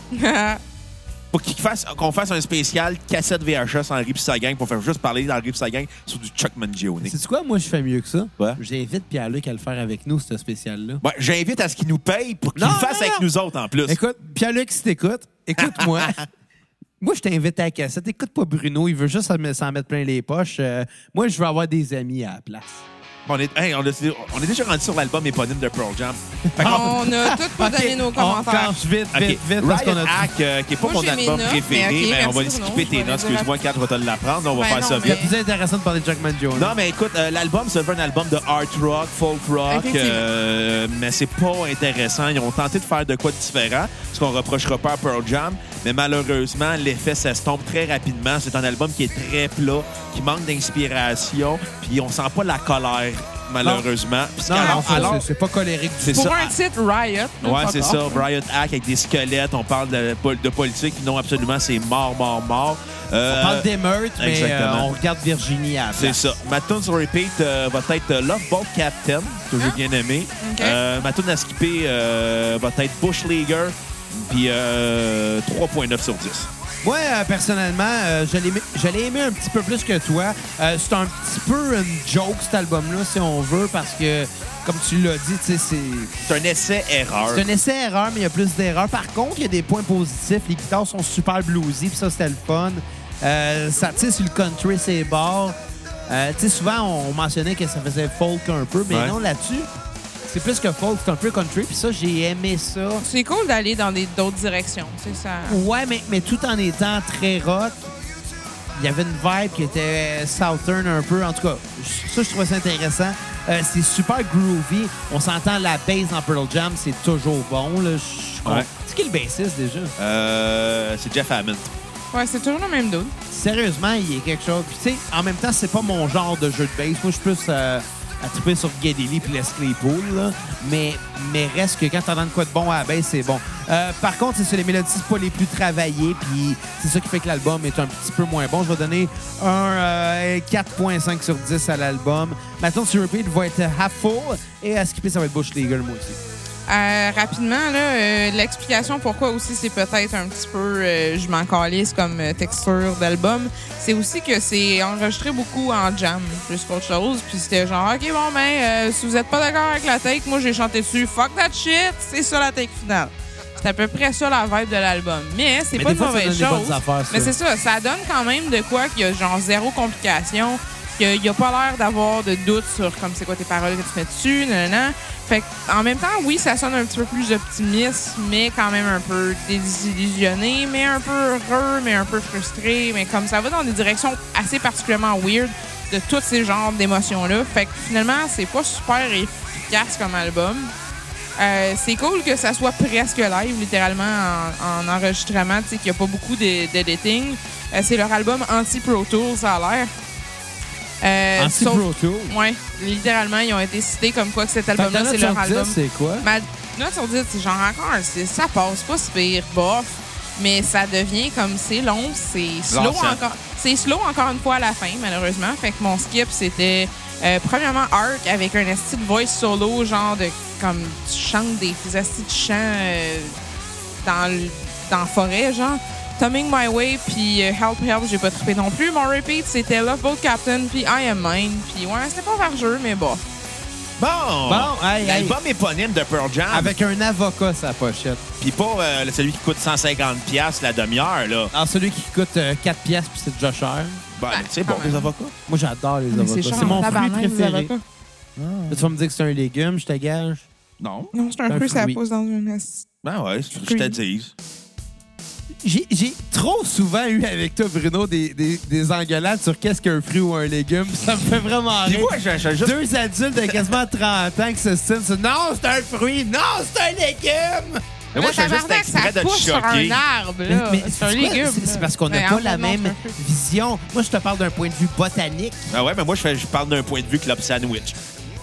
Pour qu'on fasse un spécial cassette VHS en Rip Sagan pour faire juste parler dans Rip Sagan sur du Chuck Mangione. C'est quoi, moi, je fais mieux que ça? Ouais. J'invite Pierre-Luc à le faire avec nous, ce spécial-là. Ouais, j'invite à ce qu'il nous paye pour qu'il Non, le fasse non, avec non. nous autres en plus. Écoute, Pierre-Luc, si t'écoutes, écoute-moi. Moi, je t'invite à la cassette. Écoute pas Bruno, il veut juste s'en mettre plein les poches. Moi, je veux avoir des amis à la place. On est déjà rendu sur l'album éponyme de Pearl Jam. Fait qu'on- On a tout pas donné nos On commentaires. planche vite, OK. vite, parce Riot qu'on a... Act, qui n'est pas Moi, mon j'ai mes album notes, préféré, mais OK, mais on va merci, skipper Bruno. tes Je vais notes. les Excuse-moi, Kat, je vais te l'apprendre. On va Ben faire non, ça mais- vite. C'est plus intéressant de parler de Chuck Mangione. Non, mais écoute, l'album, c'est un album de art rock, folk rock, Effectivement. mais c'est pas intéressant. Ils ont tenté de faire de quoi de différent, ce qu'on reprochera pas à Pearl Jam, mais malheureusement, l'effet s'estompe très rapidement. C'est un album qui est très plat, qui manque d'inspiration, puis on sent pas la colère, malheureusement. Puis Non, non, alors, c'est pas colérique du c'est tout. ça. Pour un titre, Riot. Ouais, c'est ça. Riot Act avec des squelettes. On parle de politique. Non, absolument, c'est mort. On parle d'émeute, mais exactement. on regarde Virginie à la C'est place. ça. Ma tune sur repeat va être Love Boat Captain, toujours bien aimé. OK. Ma tune à skipper va être Bush Leaguer, puis 3.9 sur 10. Moi, personnellement, je l'ai aimé un petit peu plus que toi. C'est un petit peu une joke, cet album-là, si on veut, parce que, comme tu l'as dit, tu sais, C'est un essai-erreur. c'est un essai-erreur, mais il y a plus d'erreurs. Par contre, il y a des points positifs. Les guitares sont super bluesy, puis ça, c'était le fun. Ça tire sur le country, c'est bords. Tu sais, souvent, on mentionnait que ça faisait folk un peu, mais Ouais. non, là-dessus, c'est plus que folk, c'est un peu country. Puis ça, j'ai aimé ça. C'est cool d'aller dans d'autres directions. C'est ça. Ouais, mais tout en étant très rock, il y avait une vibe qui était southern un peu. En tout cas, ça, je trouvais ça intéressant. C'est super groovy. On s'entend la bass dans Pearl Jam, c'est toujours bon. Là. Ouais. C'est qui le bassiste déjà? C'est Jeff Hammond. Ouais, c'est toujours le même dude. Sérieusement, il y a quelque chose. Puis, tu sais, en même temps, c'est pas mon genre de jeu de bass. Moi, je suis plus à triper sur Geddy Lee puis Les Claypool, là. Mais reste que quand t'entends de quoi de bon à la bass, c'est bon. Par contre, c'est sur les mélodies, c'est pas les plus travaillées. Puis, c'est ça qui fait que l'album est un petit peu moins bon. Je vais donner un 4.5 sur 10 à l'album. Maintenant, sur Repeat va être Half Full. Et à skipper, ça va être Bush Leaguer, moi aussi. Rapidement, là, l'explication pourquoi aussi c'est peut-être un petit peu je m'en calisse comme texture d'album, c'est aussi que c'est enregistré beaucoup en jam plus qu'autre chose. Puis c'était genre, OK, bon, ben, si vous êtes pas d'accord avec la take, moi j'ai chanté dessus, fuck that shit, c'est ça la take finale. C'est à peu près ça la vibe de l'album. Mais c'est pas une mauvaise chose. Mais c'est ça, ça donne quand même de quoi qu'il y a genre zéro complication. Il n'y a pas l'air d'avoir de doute sur comme c'est quoi tes paroles que tu mets dessus, nanana. Fait en même temps, oui, ça sonne un petit peu plus optimiste, mais quand même un peu désillusionné, mais un peu heureux, mais un peu frustré. Mais comme ça va dans des directions assez particulièrement weird de tous ces genres d'émotions-là. Fait que finalement, c'est pas super efficace comme album. C'est cool que ça soit presque live, littéralement, en enregistrement, tu sais, qu'il n'y a pas beaucoup d'editing. C'est leur album anti-Pro Tools, ça a l'air. Anti-Pro Tools? Oui, littéralement, ils ont été cités comme quoi que cet album-là, c'est leur album. C'est quoi? Ma note sur 10, c'est genre encore un 6. Ça passe, pas si pire, bof. Mais ça devient comme c'est long, c'est slow encore. C'est slow encore une fois à la fin, malheureusement. Fait que mon skip, c'était premièrement Ark avec un esti de voice solo, genre de comme tu chantes des esti de chants dans la forêt, genre. Coming My Way, puis Help Help, j'ai pas trippé non plus. Mon repeat, c'était Love Boat Captain, puis I Am Mine. Puis ouais, c'était pas vergeux, mais bon. L'album éponyme de Pearl Jam. Avec un avocat, sa pochette. Puis pas celui qui coûte 150$ la demi-heure, là. Alors, celui qui coûte 4$, puis c'est déjà cher. Ben, c'est bon, les avocats. Moi, j'adore les avocats. C'est mon fruit préféré. Tu vas me dire que c'est un légume, je te gage? Non. Non, c'est un fruit, ça pousse dans une... Ben ouais, c'est ce que je te dis. J'ai trop souvent eu avec toi, Bruno, des engueulades sur qu'est-ce qu'un fruit ou un légume. Ça me fait vraiment rire. Moi, juste... Deux adultes de quasiment 30 ans qui se stylent sur « Non, c'est un fruit! Non, c'est un légume! » Mais moi, je fais juste exprès de te choquer. Sur un arbre, là. Mais c'est un légume. C'est parce qu'on n'a pas la même vision. Moi, je te parle d'un point de vue botanique. Ah ouais, mais moi, je parle d'un point de vue club sandwich.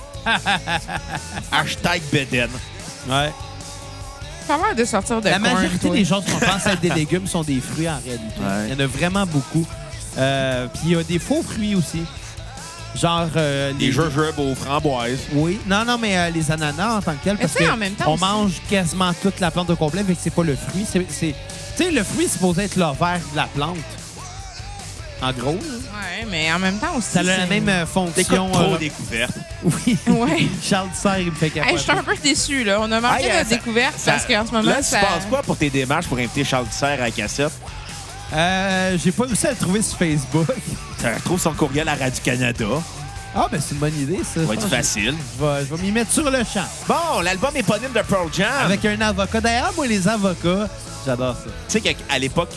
Hashtag Beden. Ouais. Pas mal de sortir de la majorité des choses qu'on pense être des légumes sont des fruits en réalité. Ouais. Il y en a vraiment beaucoup. Puis il y a des faux fruits aussi. Genre les jujubes aux framboises. Oui. Non, mais les ananas en tant que tel, parce qu'on mange quasiment toute la plante au complet, mais c'est pas le fruit. Tu sais, le fruit, c'est supposé être l'ovaire de la plante. En gros. Oui, mais en même temps aussi. Ça a la même fonction. Trop découverte. Oui. Ouais. Charles Serre, il me fait capoter. Je suis un peu déçu, là. On a marqué la découverte parce qu'en ce moment, là, tu penses quoi pour tes démarches pour inviter Charles Serre à la cassette? J'ai pas réussi à le trouver sur Facebook. Tu retrouves son courriel à Radio-Canada. Ah, ben c'est une bonne idée, ça. Ça va être facile. Je vais m'y mettre sur le champ. Bon, l'album éponyme de Pearl Jam. Avec un avocat. D'ailleurs, moi, les avocats, j'adore ça. Tu sais qu'à l'époque,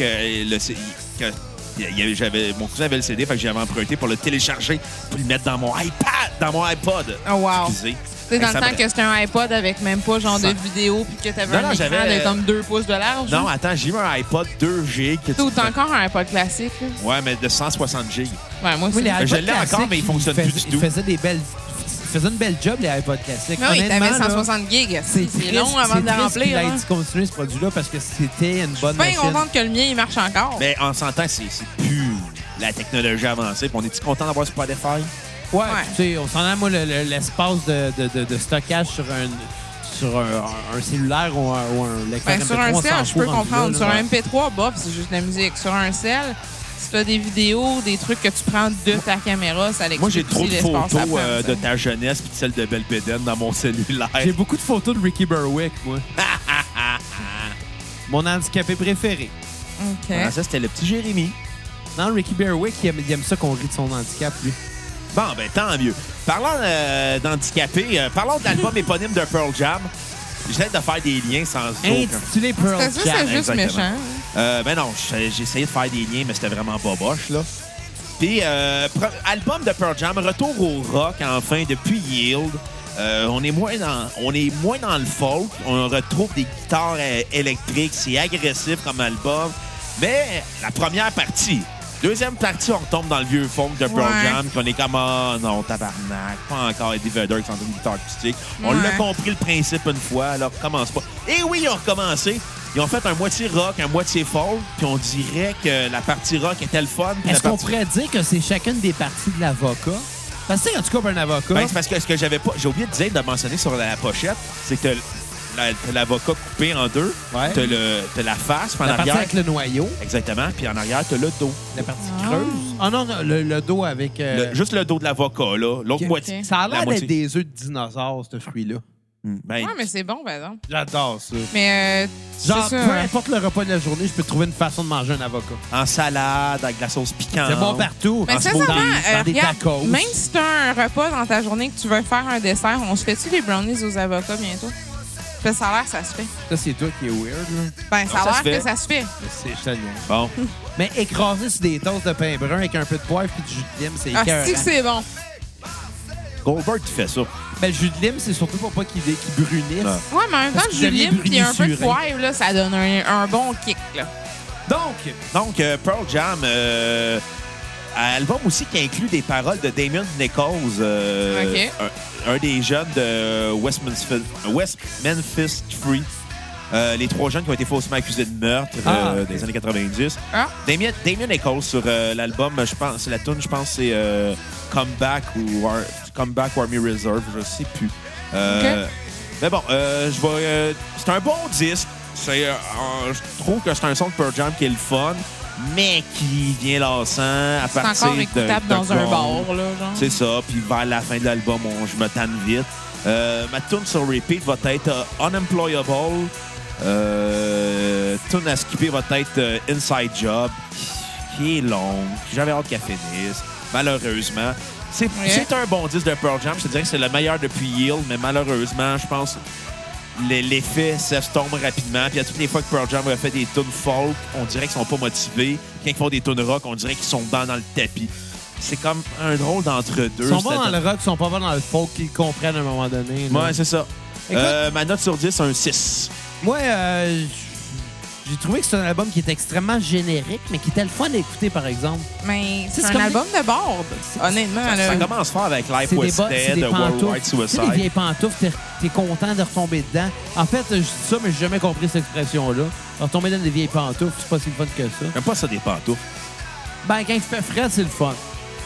mon cousin avait le CD, fait que j'avais emprunté pour le télécharger, pour le mettre dans mon iPod. Oh wow. Excusez. Tu sais, dans le temps que c'était un iPod avec même pas genre de vidéo puis que t'avais un écran de comme 2 pouces de large. Non, attends, j'ai eu un iPod 2G. T'as encore un iPod classique. Là. Ouais, mais de 160 G. Ouais, moi aussi. Je l'ai encore, mais il fonctionne plus du tout. Il faisait une belle job, les iPod classiques. Mais oui, t'avais 160 gigs. C'est long avant de la remplir. Il a continué ce produit-là parce que c'était une bonne machine. Je suis bien contente que le mien, il marche encore. Mais on s'entend, c'est plus la technologie avancée. On est-tu content d'avoir Spotify? Ouais. Tu sais, on s'en a, moi, l'espace de stockage sur un cellulaire ou un lecteur MP3. Sur un cell, je peux comprendre. Sur un MP3, bof, c'est juste de la musique. Sur un cell, si tu as des vidéos, des trucs que tu prends de ta caméra, ça l'explique. Moi, j'ai trop de photos de ta jeunesse et de celle de Belle Bédène dans mon cellulaire. J'ai beaucoup de photos de Ricky Berwick, moi. Mon handicapé préféré. OK. Ah, ça, c'était le petit Jérémy. Non, Ricky Berwick, il aime ça qu'on rit de son handicap, lui. Bon, ben tant mieux. Parlant d'handicapés, parlons de l'album éponyme de Pearl Jam. J'essaie de faire des liens sans intitulé Pearl Jam. C'est juste méchant. Ben non, j'ai essayé de faire des liens, mais c'était vraiment boboche, là. Puis, album de Pearl Jam, retour au rock, enfin, depuis Yield. On est moins dans le folk. On retrouve des guitares électriques. C'est agressif comme album. Mais la première partie... Deuxième partie, on retombe dans le vieux fond de Pearl Jam, qu'on est comme, oh non, tabarnak, pas encore Eddie Vedder qui s'entend une guitare acoustique. On l'a compris le principe une fois, alors recommence pas. Et oui, ils ont recommencé. Ils ont fait un moitié rock, un moitié folk, puis on dirait que la partie rock était le fun. Est-ce qu'on pourrait dire que c'est chacune des parties de l'avocat? Parce que quand tu coupes un avocat... Ben, c'est parce que ce que j'avais pas... J'ai oublié de dire, de mentionner sur la pochette, c'est que t'as l'avocat coupé en deux. Ouais. T'as la face, puis en arrière... La partie avec le noyau. Exactement. Puis en arrière, t'as le dos. La partie creuse. Ah non, le dos avec... juste le dos de l'avocat, là. L'autre moitié. Ça a l'air d'être des œufs de dinosaures, ce fruit-là. Ben, ouais, mais c'est bon, par exemple. J'adore ça. Mais genre, peu importe le repas de la journée, je peux trouver une façon de manger un avocat. En salade, avec de la sauce piquante. C'est bon partout. Mais dans des tacos. Même si tu as un repas dans ta journée que tu veux faire un dessert, on se fait-tu les brownies aux avocats bientôt? Ça a l'air que ça se fait. Ça, c'est toi qui est weird, là. Ben, ça a l'air que ça se fait. C'est génial. Bon. Mais écraser sur des toasts de pain brun avec un peu de poivre et du jus de lime, c'est écœurant. Ah, c'est bon. Goldberg qui fait ça. Ben, le jus de lime, c'est surtout pour pas qu'il brunisse. Ouais, mais en même temps, le jus de lime et un peu de poivre, là, ça donne un bon kick, là. Donc Pearl Jam, album aussi qui inclut des paroles de Damien Nichols, un des jeunes de West Memphis 3. Les 3 jeunes qui ont été faussement accusés de meurtre des années 90. Damien Nichols sur l'album, je pense, c'est la tune, je pense, c'est Comeback ou Army Reserve, je sais plus. Mais bon, c'est un bon disque. Je trouve que c'est un son de Pearl Jam qui est le fun, mais qui vient lassant à partir de... C'est encore écoutable dans un bar, là. Genre. C'est ça. Puis vers la fin de l'album, je me tanne vite. Ma tune sur repeat va être Unemployable. Tune à skipper va être Inside Job, qui est longue. J'avais hâte qu'elle finisse. Malheureusement. C'est un bon disque de Pearl Jam. Je te dirais que c'est le meilleur depuis Yield, mais malheureusement, je pense l'effet s'estompe rapidement. Puis à toutes les fois que Pearl Jam a fait des tunes folk, on dirait qu'ils sont pas motivés. Quand ils font des tunes rock, on dirait qu'ils sont dans le tapis. C'est comme un drôle d'entre-deux. Ils sont pas dans le rock, ils sont pas dans le folk, qu'ils comprennent à un moment donné. Là. Ouais, c'est ça. Ma note sur 10, c'est un 6. Moi, j'ai trouvé que c'est un album qui est extrêmement générique, mais qui était le fun d'écouter, par exemple. Mais c'est un album de board, honnêtement. Ça commence fort avec Life Was Dead, Worldwide Suicide. Tu sais, les vieilles pantoufles, t'es content de retomber dedans. En fait, je dis ça, mais j'ai jamais compris cette expression-là. Retomber dans des vieilles pantoufles, c'est pas si fun que ça. J'aime pas ça, des pantoufles. Ben, quand il fait frais, c'est le fun.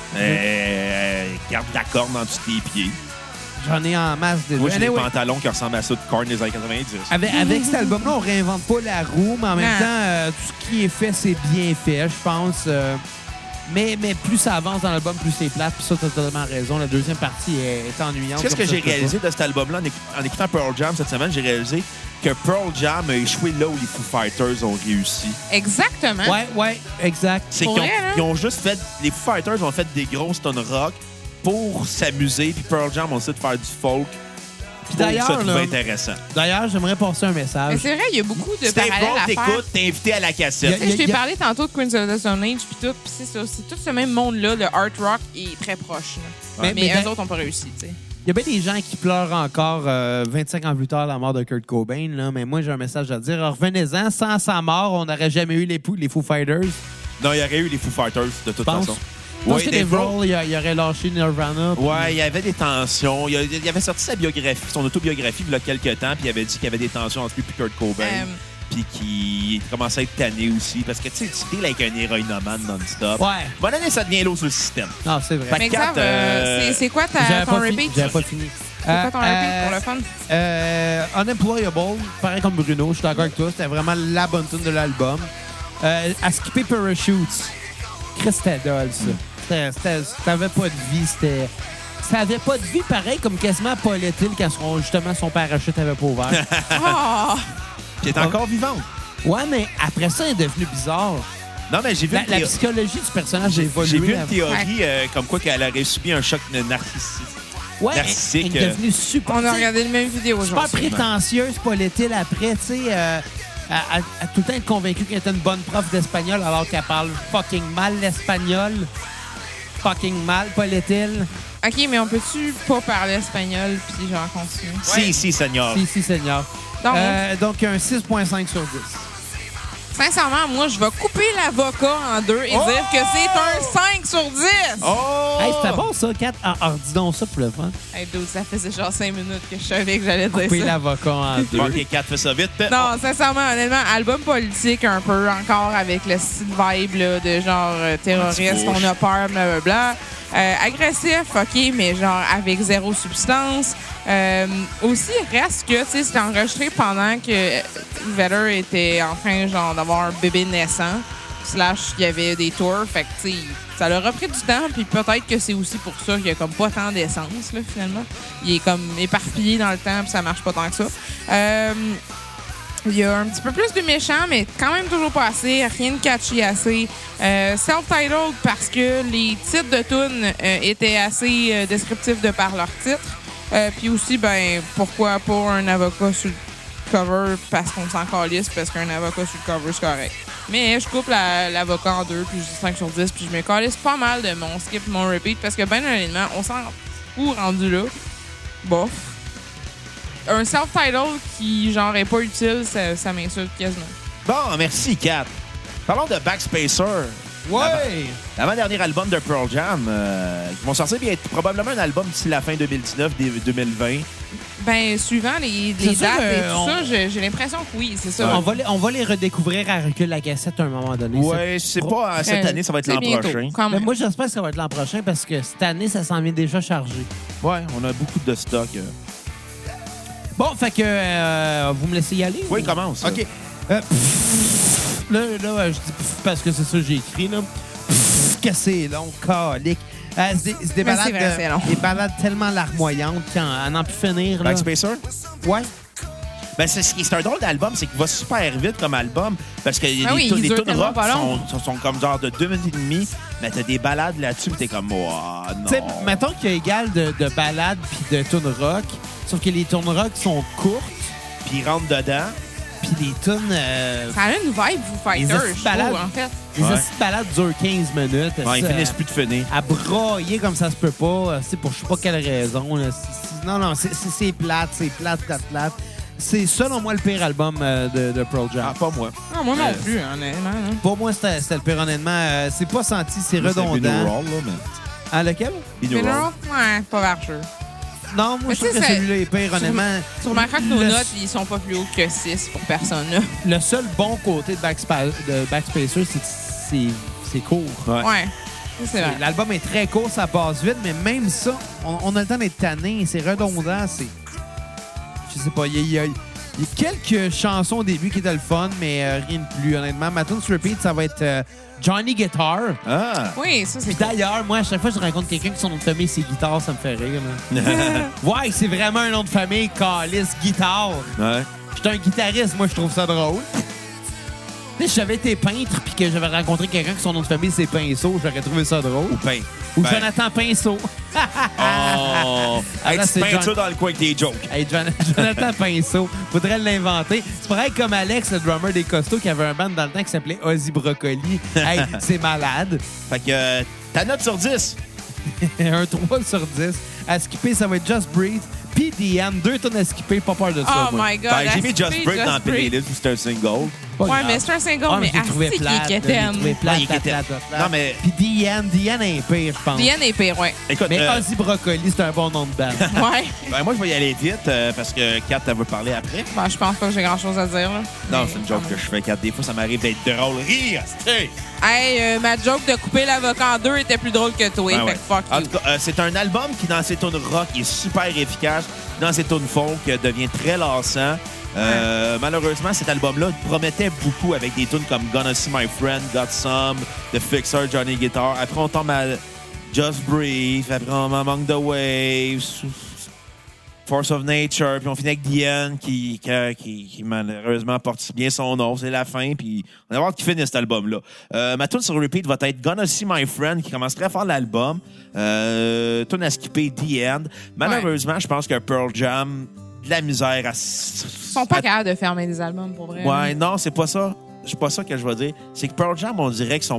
Garde la corne en dessous de tes pieds. J'en ai en masse déjà. Moi, j'ai des pantalons qui ressemblent à ceux de Korn des années 90. Avec cet album-là, on réinvente pas la roue, mais en même temps, tout ce qui est fait, c'est bien fait, je pense. Mais plus ça avance dans l'album, plus c'est plate. Puis ça, t'as totalement raison. La deuxième partie est ennuyante. Qu'est-ce que j'ai réalisé de cet album-là en écoutant Pearl Jam cette semaine? J'ai réalisé que Pearl Jam a échoué là où les Foo Fighters ont réussi. Exactement. Ouais, exact. C'est qu'ils ont juste fait... Les Foo Fighters ont fait des grosses tonnes rock pour s'amuser, puis Pearl Jam ont essayé de faire du folk. Puis d'ailleurs, ça trouve intéressant. D'ailleurs, j'aimerais passer un message. Mais c'est vrai, il y a beaucoup de parallèles à faire. T'écoutes, t'es invité à la cassette. Je t'ai parlé tantôt de Queens of the Stone Age, puis tout, puis c'est ça. C'est tout ce même monde-là, le art rock est très proche. Mais eux autres n'ont pas réussi, tu sais. Il y a bien des gens qui pleurent encore 25 ans plus tard la mort de Kurt Cobain, là, mais moi, j'ai un message à dire. Revenez-en, sans sa mort, on n'aurait jamais eu les Foo Fighters. Non, il y aurait eu les Foo Fighters, de toute façon. Parce que Dave Grohl, il aurait lâché Nirvana. Ouais, il y avait des tensions. Il avait sorti sa biographie, son autobiographie il y a quelques temps, puis il avait dit qu'il y avait des tensions entre lui et Kurt Cobain. Puis qu'il commençait à être tanné aussi. Parce que, tu sais, tu deals avec un héroïnomane non-stop. Ouais. Bonne année, ça devient l'eau sur le système. Non, c'est vrai. Mais c'est quoi ton repeat? J'avais pas fini. C'est quoi ton repeat pour le fun? Unemployable, pareil comme Bruno, je suis d'accord avec toi. C'était vraiment la bonne tune de l'album. À skipper Parachutes. Christ, dole, ça. T'avais pas de vie, c'était... Ça avait pas de vie pareil comme quasiment Paul Ethel quand justement son parachute avait pas ouvert. Qui est encore vivante. Ouais, mais après ça, elle est devenue bizarre. Non, mais j'ai vu... La psychologie du personnage a évolué. J'ai vu une théorie comme quoi qu'elle aurait subi un choc narcissique. Ouais, elle est devenue super... On a regardé le même vidéo aujourd'hui. Super prétentieuse, Paul Ethel, après, tu sais... à tout le temps être convaincue qu'elle était une bonne prof d'espagnol alors qu'elle parle fucking mal l'espagnol. Fucking mal, Paul Ethel. OK, mais on peut-tu pas parler espagnol puis genre continuer? Si, señor. Si, señor. Donc un 6.5 sur 10. Sincèrement, moi, je vais couper l'avocat en deux et dire que c'est un 5 sur 10. Oh! Hey, c'était bon, ça, 4. Alors, dis donc ça pour le fun. Hey, dude, ça faisait genre 5 minutes que je savais que j'allais dire Couper ça. l'avocat en deux. OK, 4, fais ça vite. Non, sincèrement, honnêtement, album politique un peu, encore avec le style vibe là, de genre terroriste, on a peur, blablabla. Agressif, OK, mais genre avec zéro substance. Aussi, reste que, tu sais, c'était enregistré pendant que Vedder était en train, genre, d'avoir un bébé naissant, / il y avait des tours, fait que, tu sais, ça leur a pris du temps, puis peut-être que c'est aussi pour ça qu'il y a comme pas tant d'essence, là, finalement. Il est comme éparpillé dans le temps, puis ça marche pas tant que ça. Il y a un petit peu plus de méchants, mais quand même toujours pas assez. Rien de catchy assez. Self-titled parce que les titres de tunes étaient assez descriptifs de par leur titre. Puis aussi, ben pourquoi pas un avocat sur le cover parce qu'on s'en calisse, parce qu'un avocat sur le cover, c'est correct. Mais je coupe l'avocat en deux, puis je dis 5 sur 10, puis je me calisse pas mal de mon skip et mon repeat parce que, ben honnêtement, on s'en fout rendu là. Bof. Un self-title qui, genre, est pas utile, ça m'insulte quasiment. Bon, merci, Kat. Parlons de Backspacer. Ouais! L'avant-dernier album de Pearl Jam, qui vont sortir probablement un album d'ici la fin 2019-2020. Ben, suivant les dates et tout ça, j'ai l'impression que oui, c'est ça. On va les redécouvrir à recul la cassette à un moment donné. Ouais, c'est pas cette année, ça va être l'an prochain. Mais moi, j'espère que ça va être l'an prochain parce que cette année, ça s'en vient déjà chargé. Ouais, on a beaucoup de stock. Bon, fait que vous me laissez y aller? Oui, commence. OK. Là, je dis parce que c'est ça que j'ai écrit, là. Que c'est long, calique. C'est des balades, des balades tellement larmoyantes qu'à n'en plus finir. Là. Backspacer? Ouais. Ben, c'est un drôle d'album, c'est qu'il va super vite comme album. Parce que les tunes rock sont comme genre de 2 minutes et demie, mais t'as des balades là-dessus, pis t'es comme, oh, non. Tu sais, mettons qu'il y a égal de balades puis de tunes rock, sauf que les tunes rock sont courtes. Puis ils rentrent dedans. Puis les tunes. Ça a une vibe, Foo Fighters, je trouve, en fait. Les balades durent 15 minutes. Ouais, ils finissent plus de finir. À brailler comme ça se peut pas, c'est pour je sais pas quelle raison. Là. Non, c'est plate, plate. C'est selon moi le pire album de Pearl Jam. Ah, pas moi. Non, moi non plus, honnêtement. Hein. Pour moi, c'était le pire, honnêtement. C'est pas senti, c'est redondant. C'est Binaural, là, mais... Ah, lequel? Binaural? Ouais, pas vargeux. Non, moi, je trouve que celui-là est pire, honnêtement. Tu remarqueras que nos notes, ils sont pas plus hauts que 6 pour personne, là. Le seul bon côté de Backspacer, c'est que c'est court. Ouais. C'est vrai. L'album est très court, ça passe vite, mais même ça, on a le temps d'être tanné, c'est redondant, c'est... Je sais pas, il y a quelques chansons au début qui étaient le fun, mais rien de plus, honnêtement. Ma tune sur repeat, ça va être Johnny Guitar. Ah! Oui, ça, c'est Puis d'ailleurs, moi, à chaque fois que je rencontre quelqu'un qui son nom de famille, c'est guitare, ça me fait rire. Ouais, c'est vraiment un nom de famille, Calice, guitare. Ouais. J'étais un guitariste, moi, je trouve ça drôle. Si j'avais été peintre puis que j'avais rencontré quelqu'un qui son nom de famille, c'est Pinceau, j'aurais trouvé ça drôle. Ou Jonathan Pinceau. Oh! Hey, tu peins ça dans le coin avec des jokes. Hey, Jonathan Pinceau. Faudrait l'inventer. C'est pareil comme Alex, le drummer des Costauds, qui avait un band dans le temps qui s'appelait Ozzy Brocoli. Hey, c'est malade. Fait que ta note sur 10? Un 3 sur 10. À skipper, ça va être Just Breathe. Puis DM, 2 tonnes à skipper, pas peur de ça. Oh my God. Ben, j'ai mis Just Breathe dans la playlist, c'est un single. Ouais, mais c'est un single, mais j'ai trouvé plate. J'ai trouvé plate. Non, mais... Puis Diane est pire, je pense. Diane est pire, ouais. Écoute, mais Ozzy Brocoli, c'est un bon nom de band. Ouais. Ben, moi, je vais y aller vite parce que Kat, elle veut parler après. Ben, je pense pas que j'ai grand-chose à dire, là. Non, c'est une joke que je fais, Kat. Des fois, ça m'arrive d'être drôle. Rire! Hey, ma joke de couper l'avocat en deux était plus drôle que toi. Ben fait que fuck en you. tout cas, c'est un album qui, dans ses tunes rock, est super efficace. Dans ses tunes folk, devient très lassant. Malheureusement, cet album-là promettait beaucoup avec des tunes comme Gonna See My Friend, Got Some, The Fixer, Johnny Guitar. Après, on tombe à Just Breathe. Après, on Among the Waves, Force of Nature. Puis on finit avec Diane qui malheureusement porte bien son nom. C'est la fin. Puis on va voir qui finit cet album-là. Ma tune sur repeat va être Gonna See My Friend qui commence très fort l'album. Tune à skipper The End. Malheureusement, je pense que Pearl Jam... de la misère à... Ils sont pas capables de fermer des albums, pour vrai. Ouais, non, c'est pas ça. C'est pas ça que je vais dire. C'est que Pearl Jam, on dirait qu'ils sont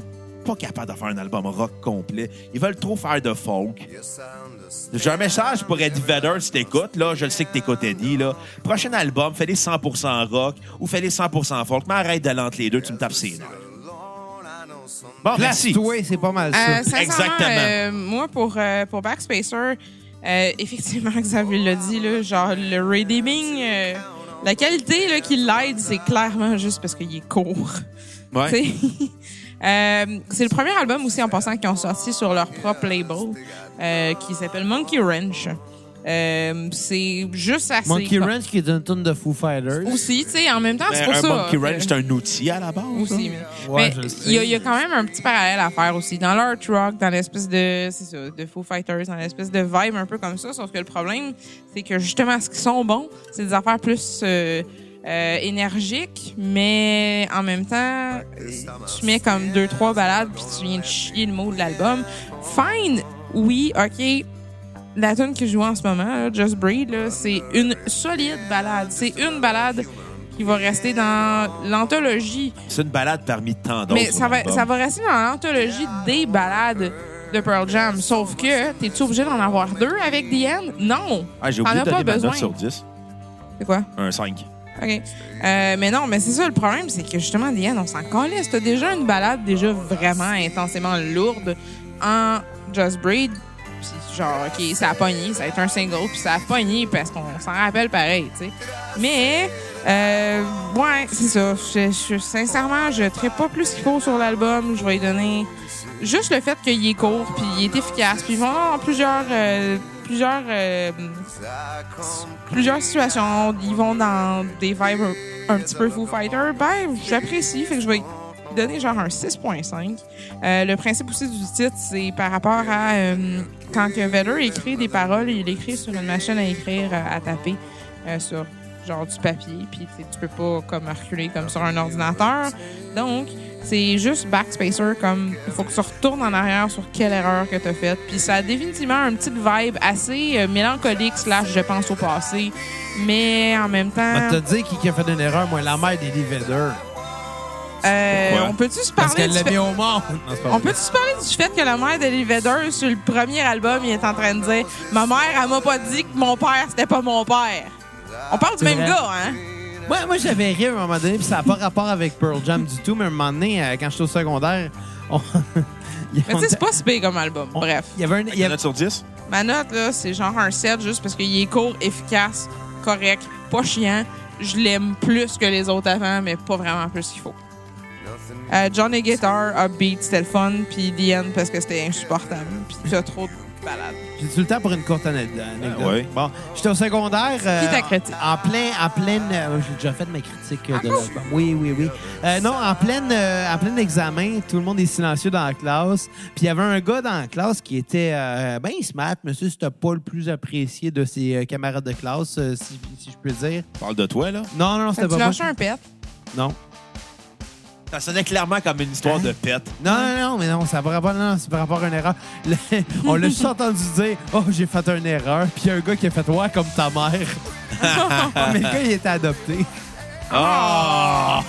pas capables de faire un album rock complet. Ils veulent trop faire de folk. J'ai un message pour Eddie Vedder, si t'écoutes. Là, je le sais que t'écoutes Eddie. Là. Prochain album, fais-les 100% rock ou fais-les 100% folk. Mais arrête d'aller entre les deux, tu me tapes ses nerfs. Bon, merci. Place-toi, c'est pas mal ça. Exactement. Moi, pour Backspacer, effectivement, Xavier l'a dit, là, genre le redeeming, la qualité là, qui l'aide, c'est clairement juste parce qu'il est court. Ouais. C'est le premier album aussi, en passant, qu'ils ont sorti sur leur propre label, qui s'appelle Monkey Wrench. C'est juste assez... Monkey Wrench qui est une tune de Foo Fighters. Aussi, tu sais, en même temps, c'est pour ça. Monkey Wrench, c'est un outil à la base. Aussi, ouais, mais il y a quand même un petit parallèle à faire aussi. Dans l'art rock, dans l'espèce de... C'est ça, de Foo Fighters, dans l'espèce de vibe un peu comme ça. Sauf que le problème, c'est que justement, ce qui sont bons, c'est des affaires plus... énergique, mais en même temps, tu mets comme 2-3 balades puis tu viens de chier le mot de l'album. Fine, oui, OK. La tune que je joue en ce moment, là, Just Breathe, là, c'est une solide balade. C'est une balade qui va rester dans l'anthologie. C'est une balade parmi tant d'autres. Mais ça va rester dans l'anthologie des balades de Pearl Jam. Sauf que, t'es-tu obligé d'en avoir 2 avec The End? Non! Ah, j'ai oublié de donner ma note sur 10. C'est quoi? Un 5. OK. Mais non, mais c'est ça, le problème, c'est que justement, Diane, on s'en calisse. T'as déjà une balade déjà vraiment intensément lourde en Just Breathe. Puis genre, OK, ça a pogné, ça a été un single, puis ça a pogné parce qu'on s'en rappelle pareil, tu sais. Mais, ouais, c'est ça. Sincèrement, je ne traite pas plus qu'il faut sur l'album. Je vais lui donner juste le fait qu'il est court, puis il est efficace. Puis ils vont avoir plusieurs situations. Ils vont dans des vibes un petit peu Foo Fighter. Ben, j'apprécie, fait que je vais donner genre un 6.5. Le principe aussi du titre, c'est par rapport à quand Vedder écrit des paroles, il écrit sur une machine à écrire à taper sur genre du papier, puis tu peux pas comme reculer comme sur un ordinateur. Donc, c'est juste Backspacer, comme il faut que tu retournes en arrière sur quelle erreur que tu as faite. Puis ça a définitivement un petit vibe assez mélancolique / je pense au passé, mais en même temps... On t'a dit qui a fait une erreur, moi, la mère d'Eddie Vedder. On peut-tu se parler... Parce qu'elle l'a mis au monde. On peut-tu se parler du fait que la mère d'Eddie Vedder, sur le premier album, il est en train de dire « Ma mère, elle m'a pas dit que mon père, c'était pas mon père. » On parle du même gars, hein? Moi, j'avais ri à un moment donné, puis ça n'a pas rapport avec Pearl Jam du tout, mais à un moment donné, quand j'étais au secondaire, mais tu sais, c'est pas si pire comme album. Bref. Il y avait une note sur 10? Ma note, là, c'est genre un 7, juste parce qu'il est court, efficace, correct, pas chiant. Je l'aime plus que les autres avant, mais pas vraiment plus qu'il faut. Johnny Guitar, Upbeat, c'était le fun, puis The End parce que c'était insupportable, puis tu as trop de balades. J'ai-tu le temps pour une courte anecdote? Oui. Bon, j'étais au secondaire. Qui t'a critique? En pleine. J'ai déjà fait ma critique de l'album. Oui. Non, en plein examen, tout le monde est silencieux dans la classe. Puis il y avait un gars dans la classe qui était bien smart, monsieur, c'était pas le plus apprécié de ses camarades de classe, si je peux dire. Parle de toi, là? Non, c'était pas moi. Tu lâches un pet? Non. Ça sonnait clairement comme une histoire de pète. Non, mais non, ça va pas, c'est par rapport à une erreur. On l'a juste entendu dire « Oh, j'ai fait une erreur », puis il y a un gars qui a fait « Ouais, comme ta mère ». Mais le gars, il était adopté. Oh!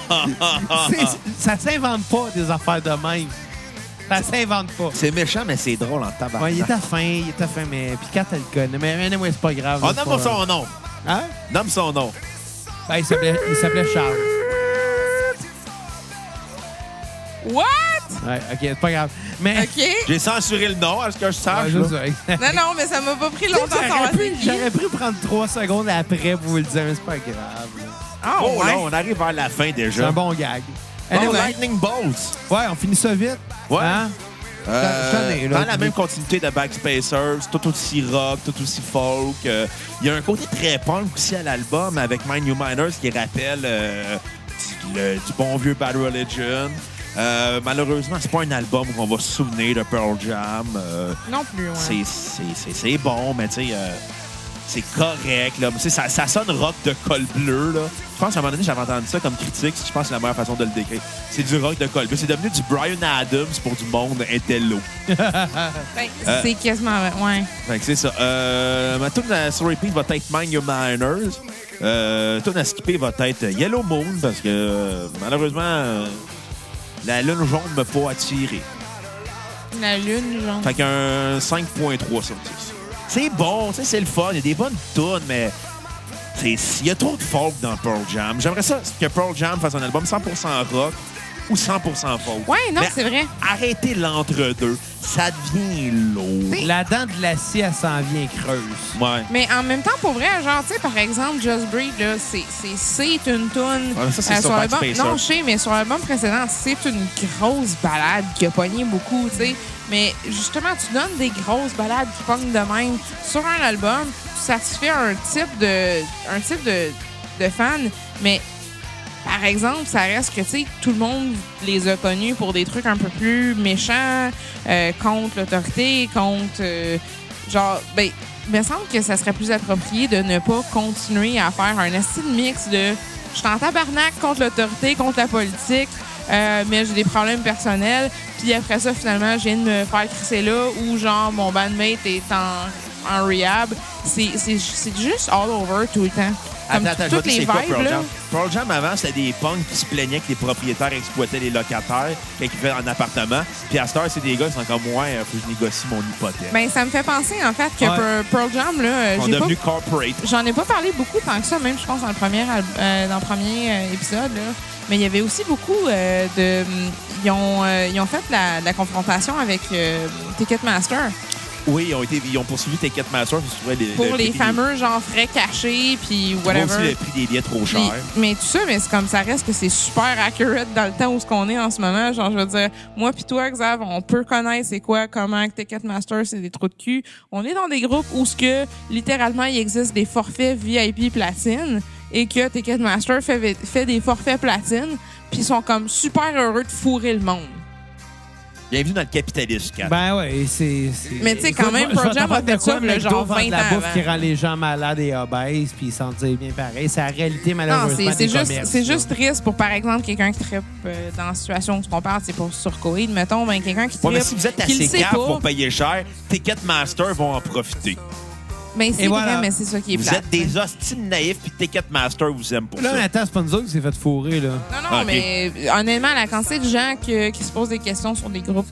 Ça s'invente pas, des affaires de même. Ça s'invente pas. C'est méchant, mais c'est drôle en tabac. Ouais, il était fin, mais puis quand elle le connaît. Mais anyway, c'est pas grave. On nomme son nom. Hein? Nomme son nom. Ben, il s'appelait Charles. What? Ouais, OK, c'est pas grave. Mais... OK. J'ai censuré le nom, à ce que je sache. Non, mais ça m'a pas pris longtemps à savoir. J'aurais pu prendre 3 secondes après pour vous le dire, mais c'est pas grave. Ah, oh, ouais. là, on arrive vers la fin déjà. C'est un bon gag. Anyway. Lightning Bolts. Ouais, on finit ça vite. Ouais. Hein? Dans la même continuité de Backspacer, c'est tout aussi rock, tout aussi folk. Il y a un côté très punk aussi à l'album avec Mind Your Miners qui rappelle du bon vieux Bad Religion. Malheureusement, c'est pas un album où on va se souvenir de Pearl Jam. Non plus, ouais. C'est bon, mais tu sais, c'est correct. Là. Ça sonne rock de col bleu. Là. Je pense qu'à un moment donné, j'avais entendu ça comme critique. Je pense que c'est la meilleure façon de le décrire. C'est du rock de col bleu. C'est devenu du Bryan Adams pour du monde intello. C'est quasiment... Ouais. Fait que c'est ça. Ma tune sur repeat va être Mind Your Miners. Tune à skipper va être Yellow Moon parce que malheureusement... la lune jaune ne m'a pas attiré. La lune, genre. Fait qu'un 5.3 sur 10. C'est bon, c'est le fun. Il y a des bonnes tunes, mais il y a trop de folk dans Pearl Jam. J'aimerais ça que Pearl Jam fasse un album 100% rock ou 100% folk. Ouais, non, mais c'est vrai. Arrêtez l'entre-deux. Ça devient lourd. La dent de l'acier, elle s'en vient creuse. Ouais. Mais en même temps, pour vrai, genre, tu sais, par exemple, Just Breathe, là, c'est une toune. Ouais, ça, c'est sur l'album. Backspacer. Non, je sais, mais sur l'album précédent, c'est une grosse balade qui a pogné beaucoup, tu sais. Mais justement, tu donnes des grosses balades qui pognent de même sur un album, tu satisfais un type de fan, mais par exemple, ça reste que, tu sais, tout le monde les a connus pour des trucs un peu plus méchants, contre l'autorité, contre... genre, ben, il me semble que ça serait plus approprié de ne pas continuer à faire un style mix de « je suis en tabarnak contre l'autorité, contre la politique, mais j'ai des problèmes personnels. » Puis après ça, finalement, je viens de me faire crisser là ou genre mon bandmate est en rehab. C'est juste all over tout le temps. Comme attends, toutes les vibes, Pearl là. Jam? Pearl Jam, avant, c'était des punks qui se plaignaient que les propriétaires exploitaient les locataires quand ils vivaient en appartement. Puis à cette heure, c'est des gars qui sont comme « Ouais, faut que je négocie mon hypothèque. » Ben, ça me fait penser, en fait, que Pearl Jam, là, Ils sont devenus corporate. J'en ai pas parlé beaucoup tant que ça, même, je pense, dans le premier épisode, là. Mais il y avait aussi beaucoup de... Ils ont fait la confrontation avec Ticketmaster. Oui, ils ont poursuivi Ticketmaster pour les fameux genre frais cachés puis whatever. Ils ont aussi le prix des billets trop cher. Mais tout ça, mais c'est comme ça reste que c'est super accurate dans le temps où ce qu'on est en ce moment. Genre, je veux dire, moi puis toi, Xav, on peut connaître c'est quoi, comment Ticketmaster, c'est des trous de cul. On est dans des groupes où ce que littéralement il existe des forfaits VIP platine et que Ticketmaster fait des forfaits platine puis ils sont comme super heureux de fourrer le monde. Bienvenue dans le capitalisme, Kat. Ben ouais, c'est... Mais tu sais, quand même, Pearl Jam a fait ça, le genre 20 ans la bouffe avant. qui rend les gens malades et obèses, puis ils s'en disent bien pareil. C'est la réalité, malheureusement, non, des commerces. C'est juste triste pour, par exemple, quelqu'un qui trippe dans la situation où on parle, c'est pour sur Coïd, mettons, ben, quelqu'un qui trippe... mais si vous êtes assez cap pour payer cher, Ticketmaster vont en profiter. Ben, c'est vrai, mais c'est ça qui est plate. Vous êtes des hosties naïfs, puis Ticketmaster vous aime pour ça. Là, attends, c'est pas nous autres qui s'est fait fourrer, là. Non, mais honnêtement, la quantité de gens qui se posent des questions sur des groupes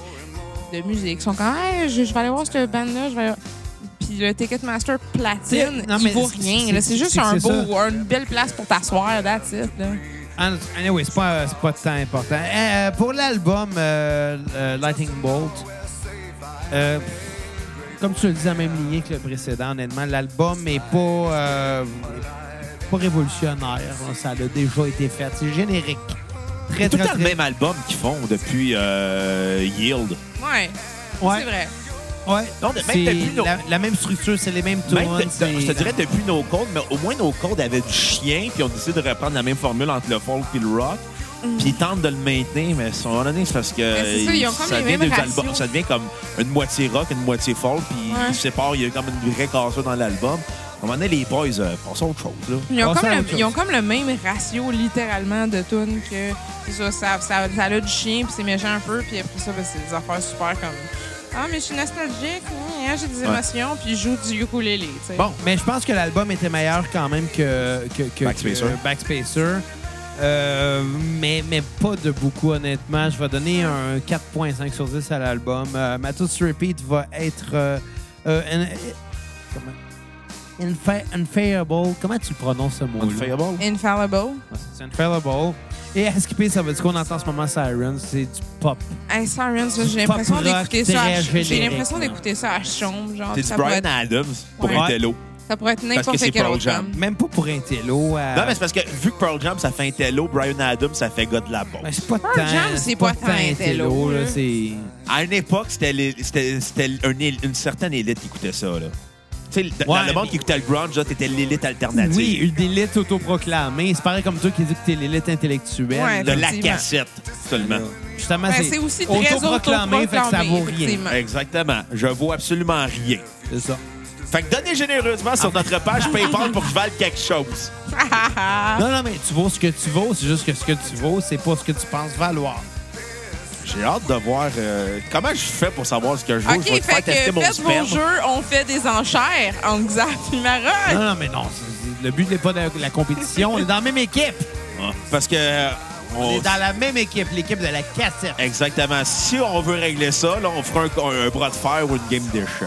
de musique sont comme « Hey, je vais aller voir cette band-là, Puis le Ticketmaster platine, il vaut rien. C'est juste une belle place pour t'asseoir, that's it. Là. Anyway, c'est pas tant important. Pour l'album Lightning Bolt, comme tu le dis, en même lignée que le précédent, honnêtement, l'album n'est pas révolutionnaire. Ça a déjà été fait. C'est générique. C'est tout le temps le même album qu'ils font depuis Yield. Ouais. C'est vrai. Ouais. Non, la même structure, c'est les mêmes tunes. Je te dirais depuis No Code, mais au moins No Code avait du chien, puis on décide de reprendre la même formule entre le folk et le rock. Puis ils tentent de le maintenir, mais à un moment donné, c'est parce que ça devient comme une moitié rock, une moitié folk, puis ils se séparent, il y a comme une vraie cassure dans l'album. À un moment donné, les boys passent à autre chose. Là. Ils ont comme le même ratio, littéralement, de tunes que ça a du chien, puis c'est méchant un peu, puis après ça, c'est des affaires super comme... Ah, mais je suis nostalgique, j'ai des émotions, puis je joue du ukulélé. T'sais. Bon, mais je pense que l'album était meilleur quand même que Backspacer. Mais pas de beaucoup, honnêtement. Je vais donner un 4.5 sur 10 à l'album. Ma tune sur repeat va être... Unfairable. Comment tu prononces ce mot-là? Infallible. C'est Infallible. Et à skipper, ça veut dire qu'on entend en ce moment Sirens. C'est du pop. Hey, Sirens, j'ai l'impression d'écouter ça. J'ai l'impression d'écouter ça à chaume. C'est du Bryan Adams pour un télo. Ça pourrait être n'importe quel autre Jam. Même pas pour un télo. Non, mais c'est parce que vu que Pearl Jam, ça fait un télo, Bryan Adams, ça fait gars de la bosse. C'est pas Pearl Jam, c'est pas tant un télo. À une époque, c'était une certaine élite qui écoutait ça. Là. Tu sais, dans le monde qui écoutait le grunge, t'étais l'élite alternative. Oui, une élite autoproclamée. C'est pareil comme toi qui dis que t'es l'élite intellectuelle. Ouais, de la cassette seulement. Justement, c'est aussi très autoproclamé, fait que ça vaut rien. Exactement. Je vaux absolument rien. C'est ça. Fait que donnez généreusement sur notre page PayPal pour que je vale quelque chose. Non, mais tu vaux ce que tu vaux. C'est juste que ce que tu vaux, c'est pas ce que tu penses valoir. J'ai hâte de voir comment je fais pour savoir ce que je vaux. OK, je vais te faire tester mon sperme. Vos jeux, on fait des enchères en Xav et Marotte. Non, mais non. Le but n'est pas de la compétition. On est dans la même équipe. Parce que On est dans la même équipe, l'équipe de la cassette. Exactement. Si on veut régler ça, là, on fera un bras de fer ou une game d'échecs.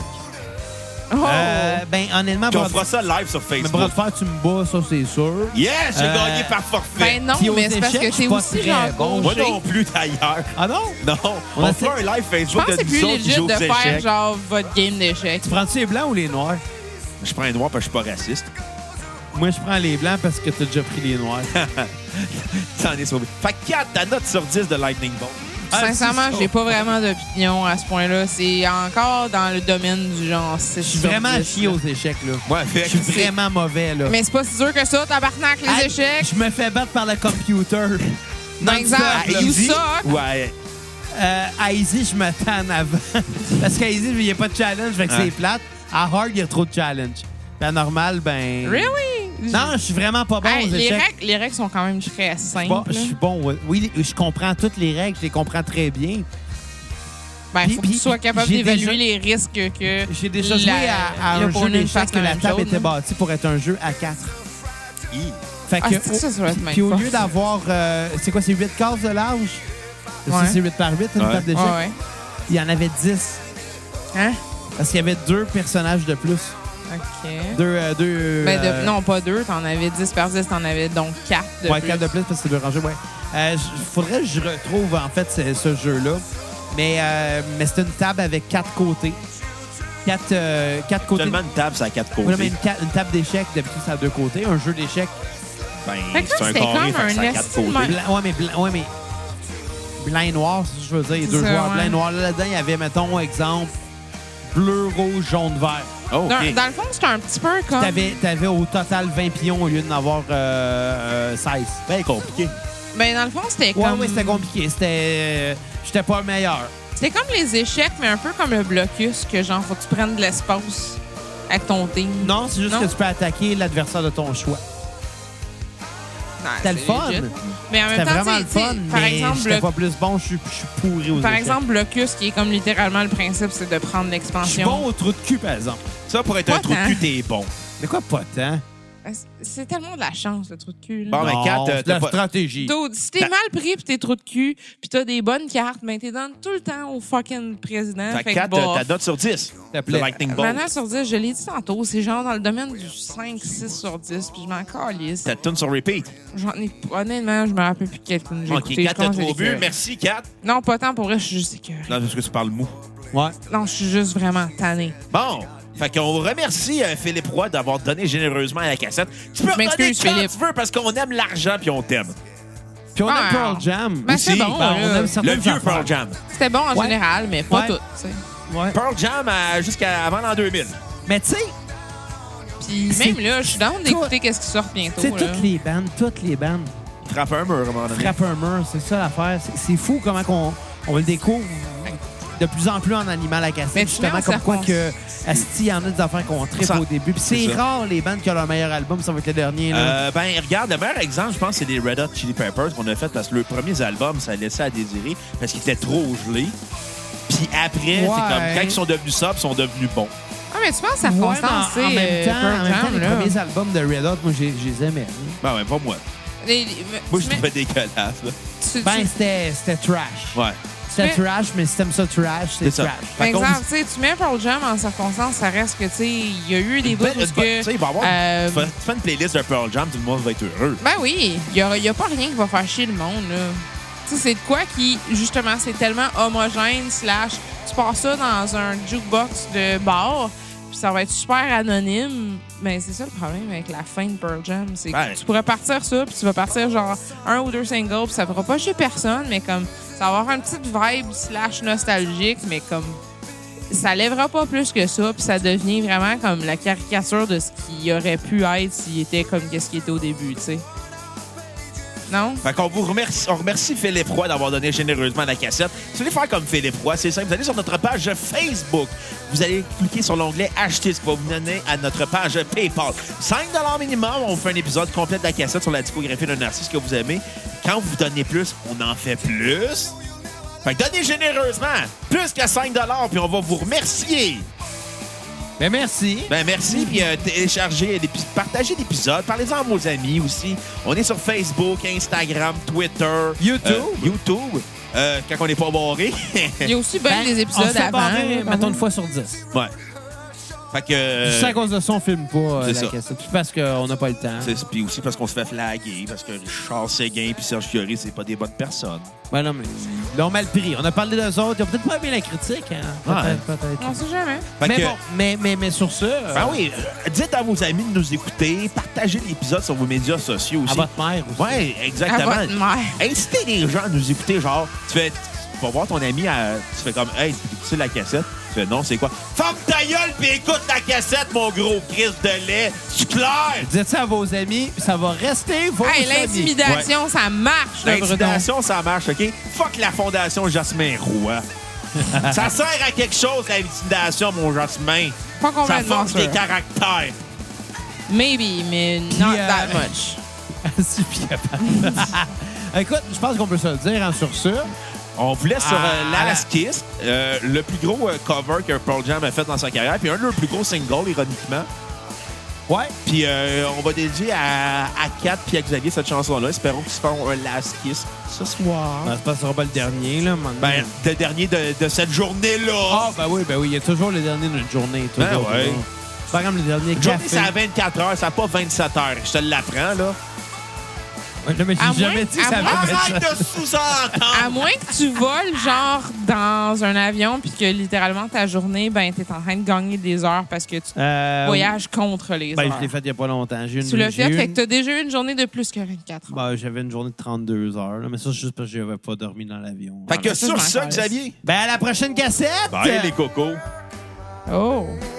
Ben, honnêtement, on fera ça live sur Facebook. Mais bras de fer, tu me bats, ça, c'est sûr. Yes, j'ai gagné par forfait. Ben non, mais c'est parce que t'es aussi genre bon. Moi non plus, d'ailleurs. Ah non? Non. On fera un live Facebook de nous autres qui jouent aux échecs. Je pense que c'est plus legit de faire genre votre game d'échecs. Tu prends-tu les blancs ou les noirs? Je prends les noirs parce que je suis pas raciste. Moi, je prends les blancs parce que t'as déjà pris les noirs. T'en es sauvé. Fait que 4, ta note sur 10 de Lightning Bolt. Sincèrement, j'ai pas vraiment d'opinion à ce point-là. C'est encore dans le domaine du genre 6. Je suis vraiment chier aux échecs, là. Ouais, je suis vraiment mauvais, là. Mais c'est pas si dur que ça, tabarnak, les échecs. Je me fais battre par le computer. Par exemple, you suck. Ouais. À Easy, je me tanne avant. Parce qu'à Easy, il n'y a pas de challenge, fait que c'est plate. À Hard, il y a trop de challenge. Puis à Normal, ben... Really? Non, je suis vraiment pas bon aux échecs. Les règles sont quand même très simples. Je suis bon. Oui, je comprends toutes les règles. Je les comprends très bien. Ben, faut que tu sois capable d'évaluer les risques que... J'ai déjà joué à un jeu d'échecs que la table était bâtie pour être un jeu à 4. Fait que, puis au lieu d'avoir... c'est quoi, c'est 8 cases de large? Ouais. C'est 8 par 8, une table d'échecs? Ouais. Il y en avait 10. Hein? Parce qu'il y avait 2 personnages de plus. OK. Non, pas 2. T'en avais 10 par 10. T'en avais donc 4 de plus. Ouais, 4 de plus parce que c'est 2 rangées, ouais. Faudrait que je retrouve, en fait, ce jeu-là. Mais c'est une table avec 4 côtés. 4 côtés. Seulement une table, ça a 4 côtés. Oui, mais une table d'échecs, d'habitude, ça a 2 côtés. Un jeu d'échecs. Ben, c'est un carré, fait que ça a 4 côtés. Ouais, mais blanc et noir, c'est ce que je veux dire. 2 joueurs blanc et noir. Là-dedans, il y avait, mettons, exemple, bleu, rouge, jaune, vert. Oh, okay. Dans le fond, c'était un petit peu comme... T'avais au total 20 pions au lieu d'en avoir 16. Bien compliqué. Ben, dans le fond, c'était comme... Oui, c'était compliqué. J'étais pas le meilleur. C'était comme les échecs, mais un peu comme le blocus, que genre, faut que tu prennes de l'espace avec ton team. Non, c'est juste que tu peux attaquer l'adversaire de ton choix. C'était le fun. Mais en même temps, c'était vraiment le fun, mais j'étais pas plus bon, je suis pourri aux échecs. Par exemple, Blocus, qui est comme littéralement le principe, c'est de prendre l'expansion. Je suis bon au trou de cul, par exemple. Ça, pour être un trou de cul, t'es bon. Mais quoi, pas tant? C'est tellement de la chance, le trou de cul. Bon, mais 4, t'as pas... stratégie. Si t'es mal pris pis t'es trou de cul pis t'as des bonnes cartes, ben t'es donnes tout le temps au fucking président. Fait 4, ta note sur 10. Le Lightning Bolt. Ma note sur 10, je l'ai dit tantôt, c'est genre dans le domaine du 5-6 sur 10 puis je m'en calisse. Ta tune sur repeat. Honnêtement, je me rappelle plus quelle tune j'ai écouté. 4, t'as trop vu. Merci, 4. Non, pas tant, pour vrai, je suis juste écœurée. Non, parce que tu parles mou. Ouais. Non, je suis juste vraiment tannée. Bon. Fait qu'on remercie Philippe Roy d'avoir donné généreusement à la cassette. Tu peux redonner quand tu veux parce qu'on aime l'argent puis on t'aime. Puis on aime Pearl Jam. Ben c'est bon, on aime le vieux Pearl Jam. C'était bon en général, mais pas tout. Ouais. Pearl Jam jusqu'à avant l'an 2000. Mais tu sais... Puis même là, je suis down d'écouter qu'est-ce qui sort bientôt. Tu sais, toutes les bandes. Frappe un mur, à un moment donné. Frappe un mur, c'est ça l'affaire. C'est fou comment on le découvre de plus en plus en animant la cassette. Justement, comme quoi que il y en a des affaires qu'on tripe au début. Puis c'est rare, les bandes qui ont leur meilleur album, ça va être le dernier. Là. Regarde, le meilleur exemple, je pense, c'est les Red Hot Chili Peppers qu'on a fait parce que leurs premiers albums, ça laissait à désirer parce qu'ils étaient trop gelés. Puis après, c'est comme quand ils sont devenus sobres, ils sont devenus bons. Ah, mais tu penses que ça constance, en même temps, les premiers albums de Red Hot, moi, je les aimais. Ben ouais, pas moi. Moi, je trouvais dégueulasse. Là. C'était trash. Ouais. C'était trash, mais si t'aimes ça trash, c'est trash. Par exemple, tu mets Pearl Jam en circonstance, ça reste que, tu sais, il y a eu des bouts où que... Tu fais une playlist de Pearl Jam, tout le monde va être heureux. Ben oui, il y a pas rien qui va faire chier le monde, là. Tu sais, c'est de quoi qui, justement, c'est tellement homogène, / tu passes ça dans un jukebox de bar, puis ça va être super anonyme. Mais c'est ça le problème avec la fin de Pearl Jam, c'est que tu pourrais partir ça, puis tu vas partir genre 1 ou 2 singles, puis ça fera pas chier personne, mais comme... Ça va avoir une petite vibe / nostalgique, mais comme ça lèvera pas plus que ça, puis ça devient vraiment comme la caricature de ce qui aurait pu être s'il était comme qu'est-ce qu'il était au début, tu sais. Non? Fait qu'on on remercie Philippe Roy d'avoir donné généreusement la cassette. Si vous voulez faire comme Philippe Roy, c'est simple. Vous allez sur notre page Facebook. Vous allez cliquer sur l'onglet « Acheter », ce qui va vous mener à notre page PayPal. 5 $ minimum, on fait un épisode complet de la cassette sur la discographie d'un artiste que vous aimez. Quand vous donnez plus, on en fait plus. Fait que donnez généreusement, plus que 5 $, puis on va vous remercier. Ben merci. Ben merci, puis téléchargez, partagez l'épisode, parlez-en à vos amis aussi. On est sur Facebook, Instagram, Twitter, YouTube. Quand on n'est pas barré. Il y a aussi bien des épisodes avant. Barré, mettons une fois sur 10. Ouais. Fait que. Juste à cause de ça, on filme pas la ça. cassette. Puis parce qu'on n'a pas le temps. Puis aussi parce qu'on se fait flaguer, parce que Richard Séguin et Serge Fiori, c'est pas des bonnes personnes. Ben non, mais ils l'ont mal pris. On a parlé d'eux autres. Ils ont peut-être pas aimé la critique. Hein? Peut-être. On sait jamais. Mais sur ça... Ben oui, dites à vos amis de nous écouter, partagez l'épisode sur vos médias sociaux aussi. À votre mère aussi. Oui, exactement. À votre mère. Incitez les gens à nous écouter, genre, tu vas voir ton ami, tu fais comme, hey, tu peux écouter la cassette? Tu fais, non, c'est quoi? Ferme ta gueule puis écoute la cassette, mon gros Christ de lait. C'est clair? Dites ça à vos amis, ça va rester vos amis. L'intimidation, ça marche. L'intimidation, ça marche, OK? Fuck la fondation Jasmin Roy. Ça sert à quelque chose, l'intimidation, mon Jasmin. Pas Ça complètement force sûr. des caractères. Maybe, mais not that much. C'est bien. Écoute, je pense qu'on peut se le dire hein, sur ça. On voulait sur Last Kiss, le plus gros cover que Pearl Jam a fait dans sa carrière, puis un de leurs plus gros singles, ironiquement. Ouais. Puis on va dédier à Kat puis à Xavier cette chanson-là. Espérons qu'ils se font un Last Kiss ce soir. Ça ne sera pas le dernier, là. Ben, le dernier de cette journée-là. Ah, ben oui. Il y a toujours le dernier d'une journée. Ben ouais. C'est pas comme le dernier Journée, café. c'est à 24 heures, ça n'a pas 27 heures. Je te l'apprends, là. Ouais, mais j'ai jamais dit que ça avait Arrête de sous-entendre! À moins que tu voles, genre, dans un avion, puis que littéralement, ta journée, ben, t'es en train de gagner des heures parce que tu voyages contre les heures. Je l'ai fait il n'y a pas longtemps. Tu l'as fait que t'as déjà eu une journée de plus que 24 heures. Ben, j'avais une journée de 32 heures, là, mais ça, c'est juste parce que j'avais pas dormi dans l'avion. Fait que sur ça, Xavier. Ben, à la prochaine cassette! Bye, les cocos. Oh!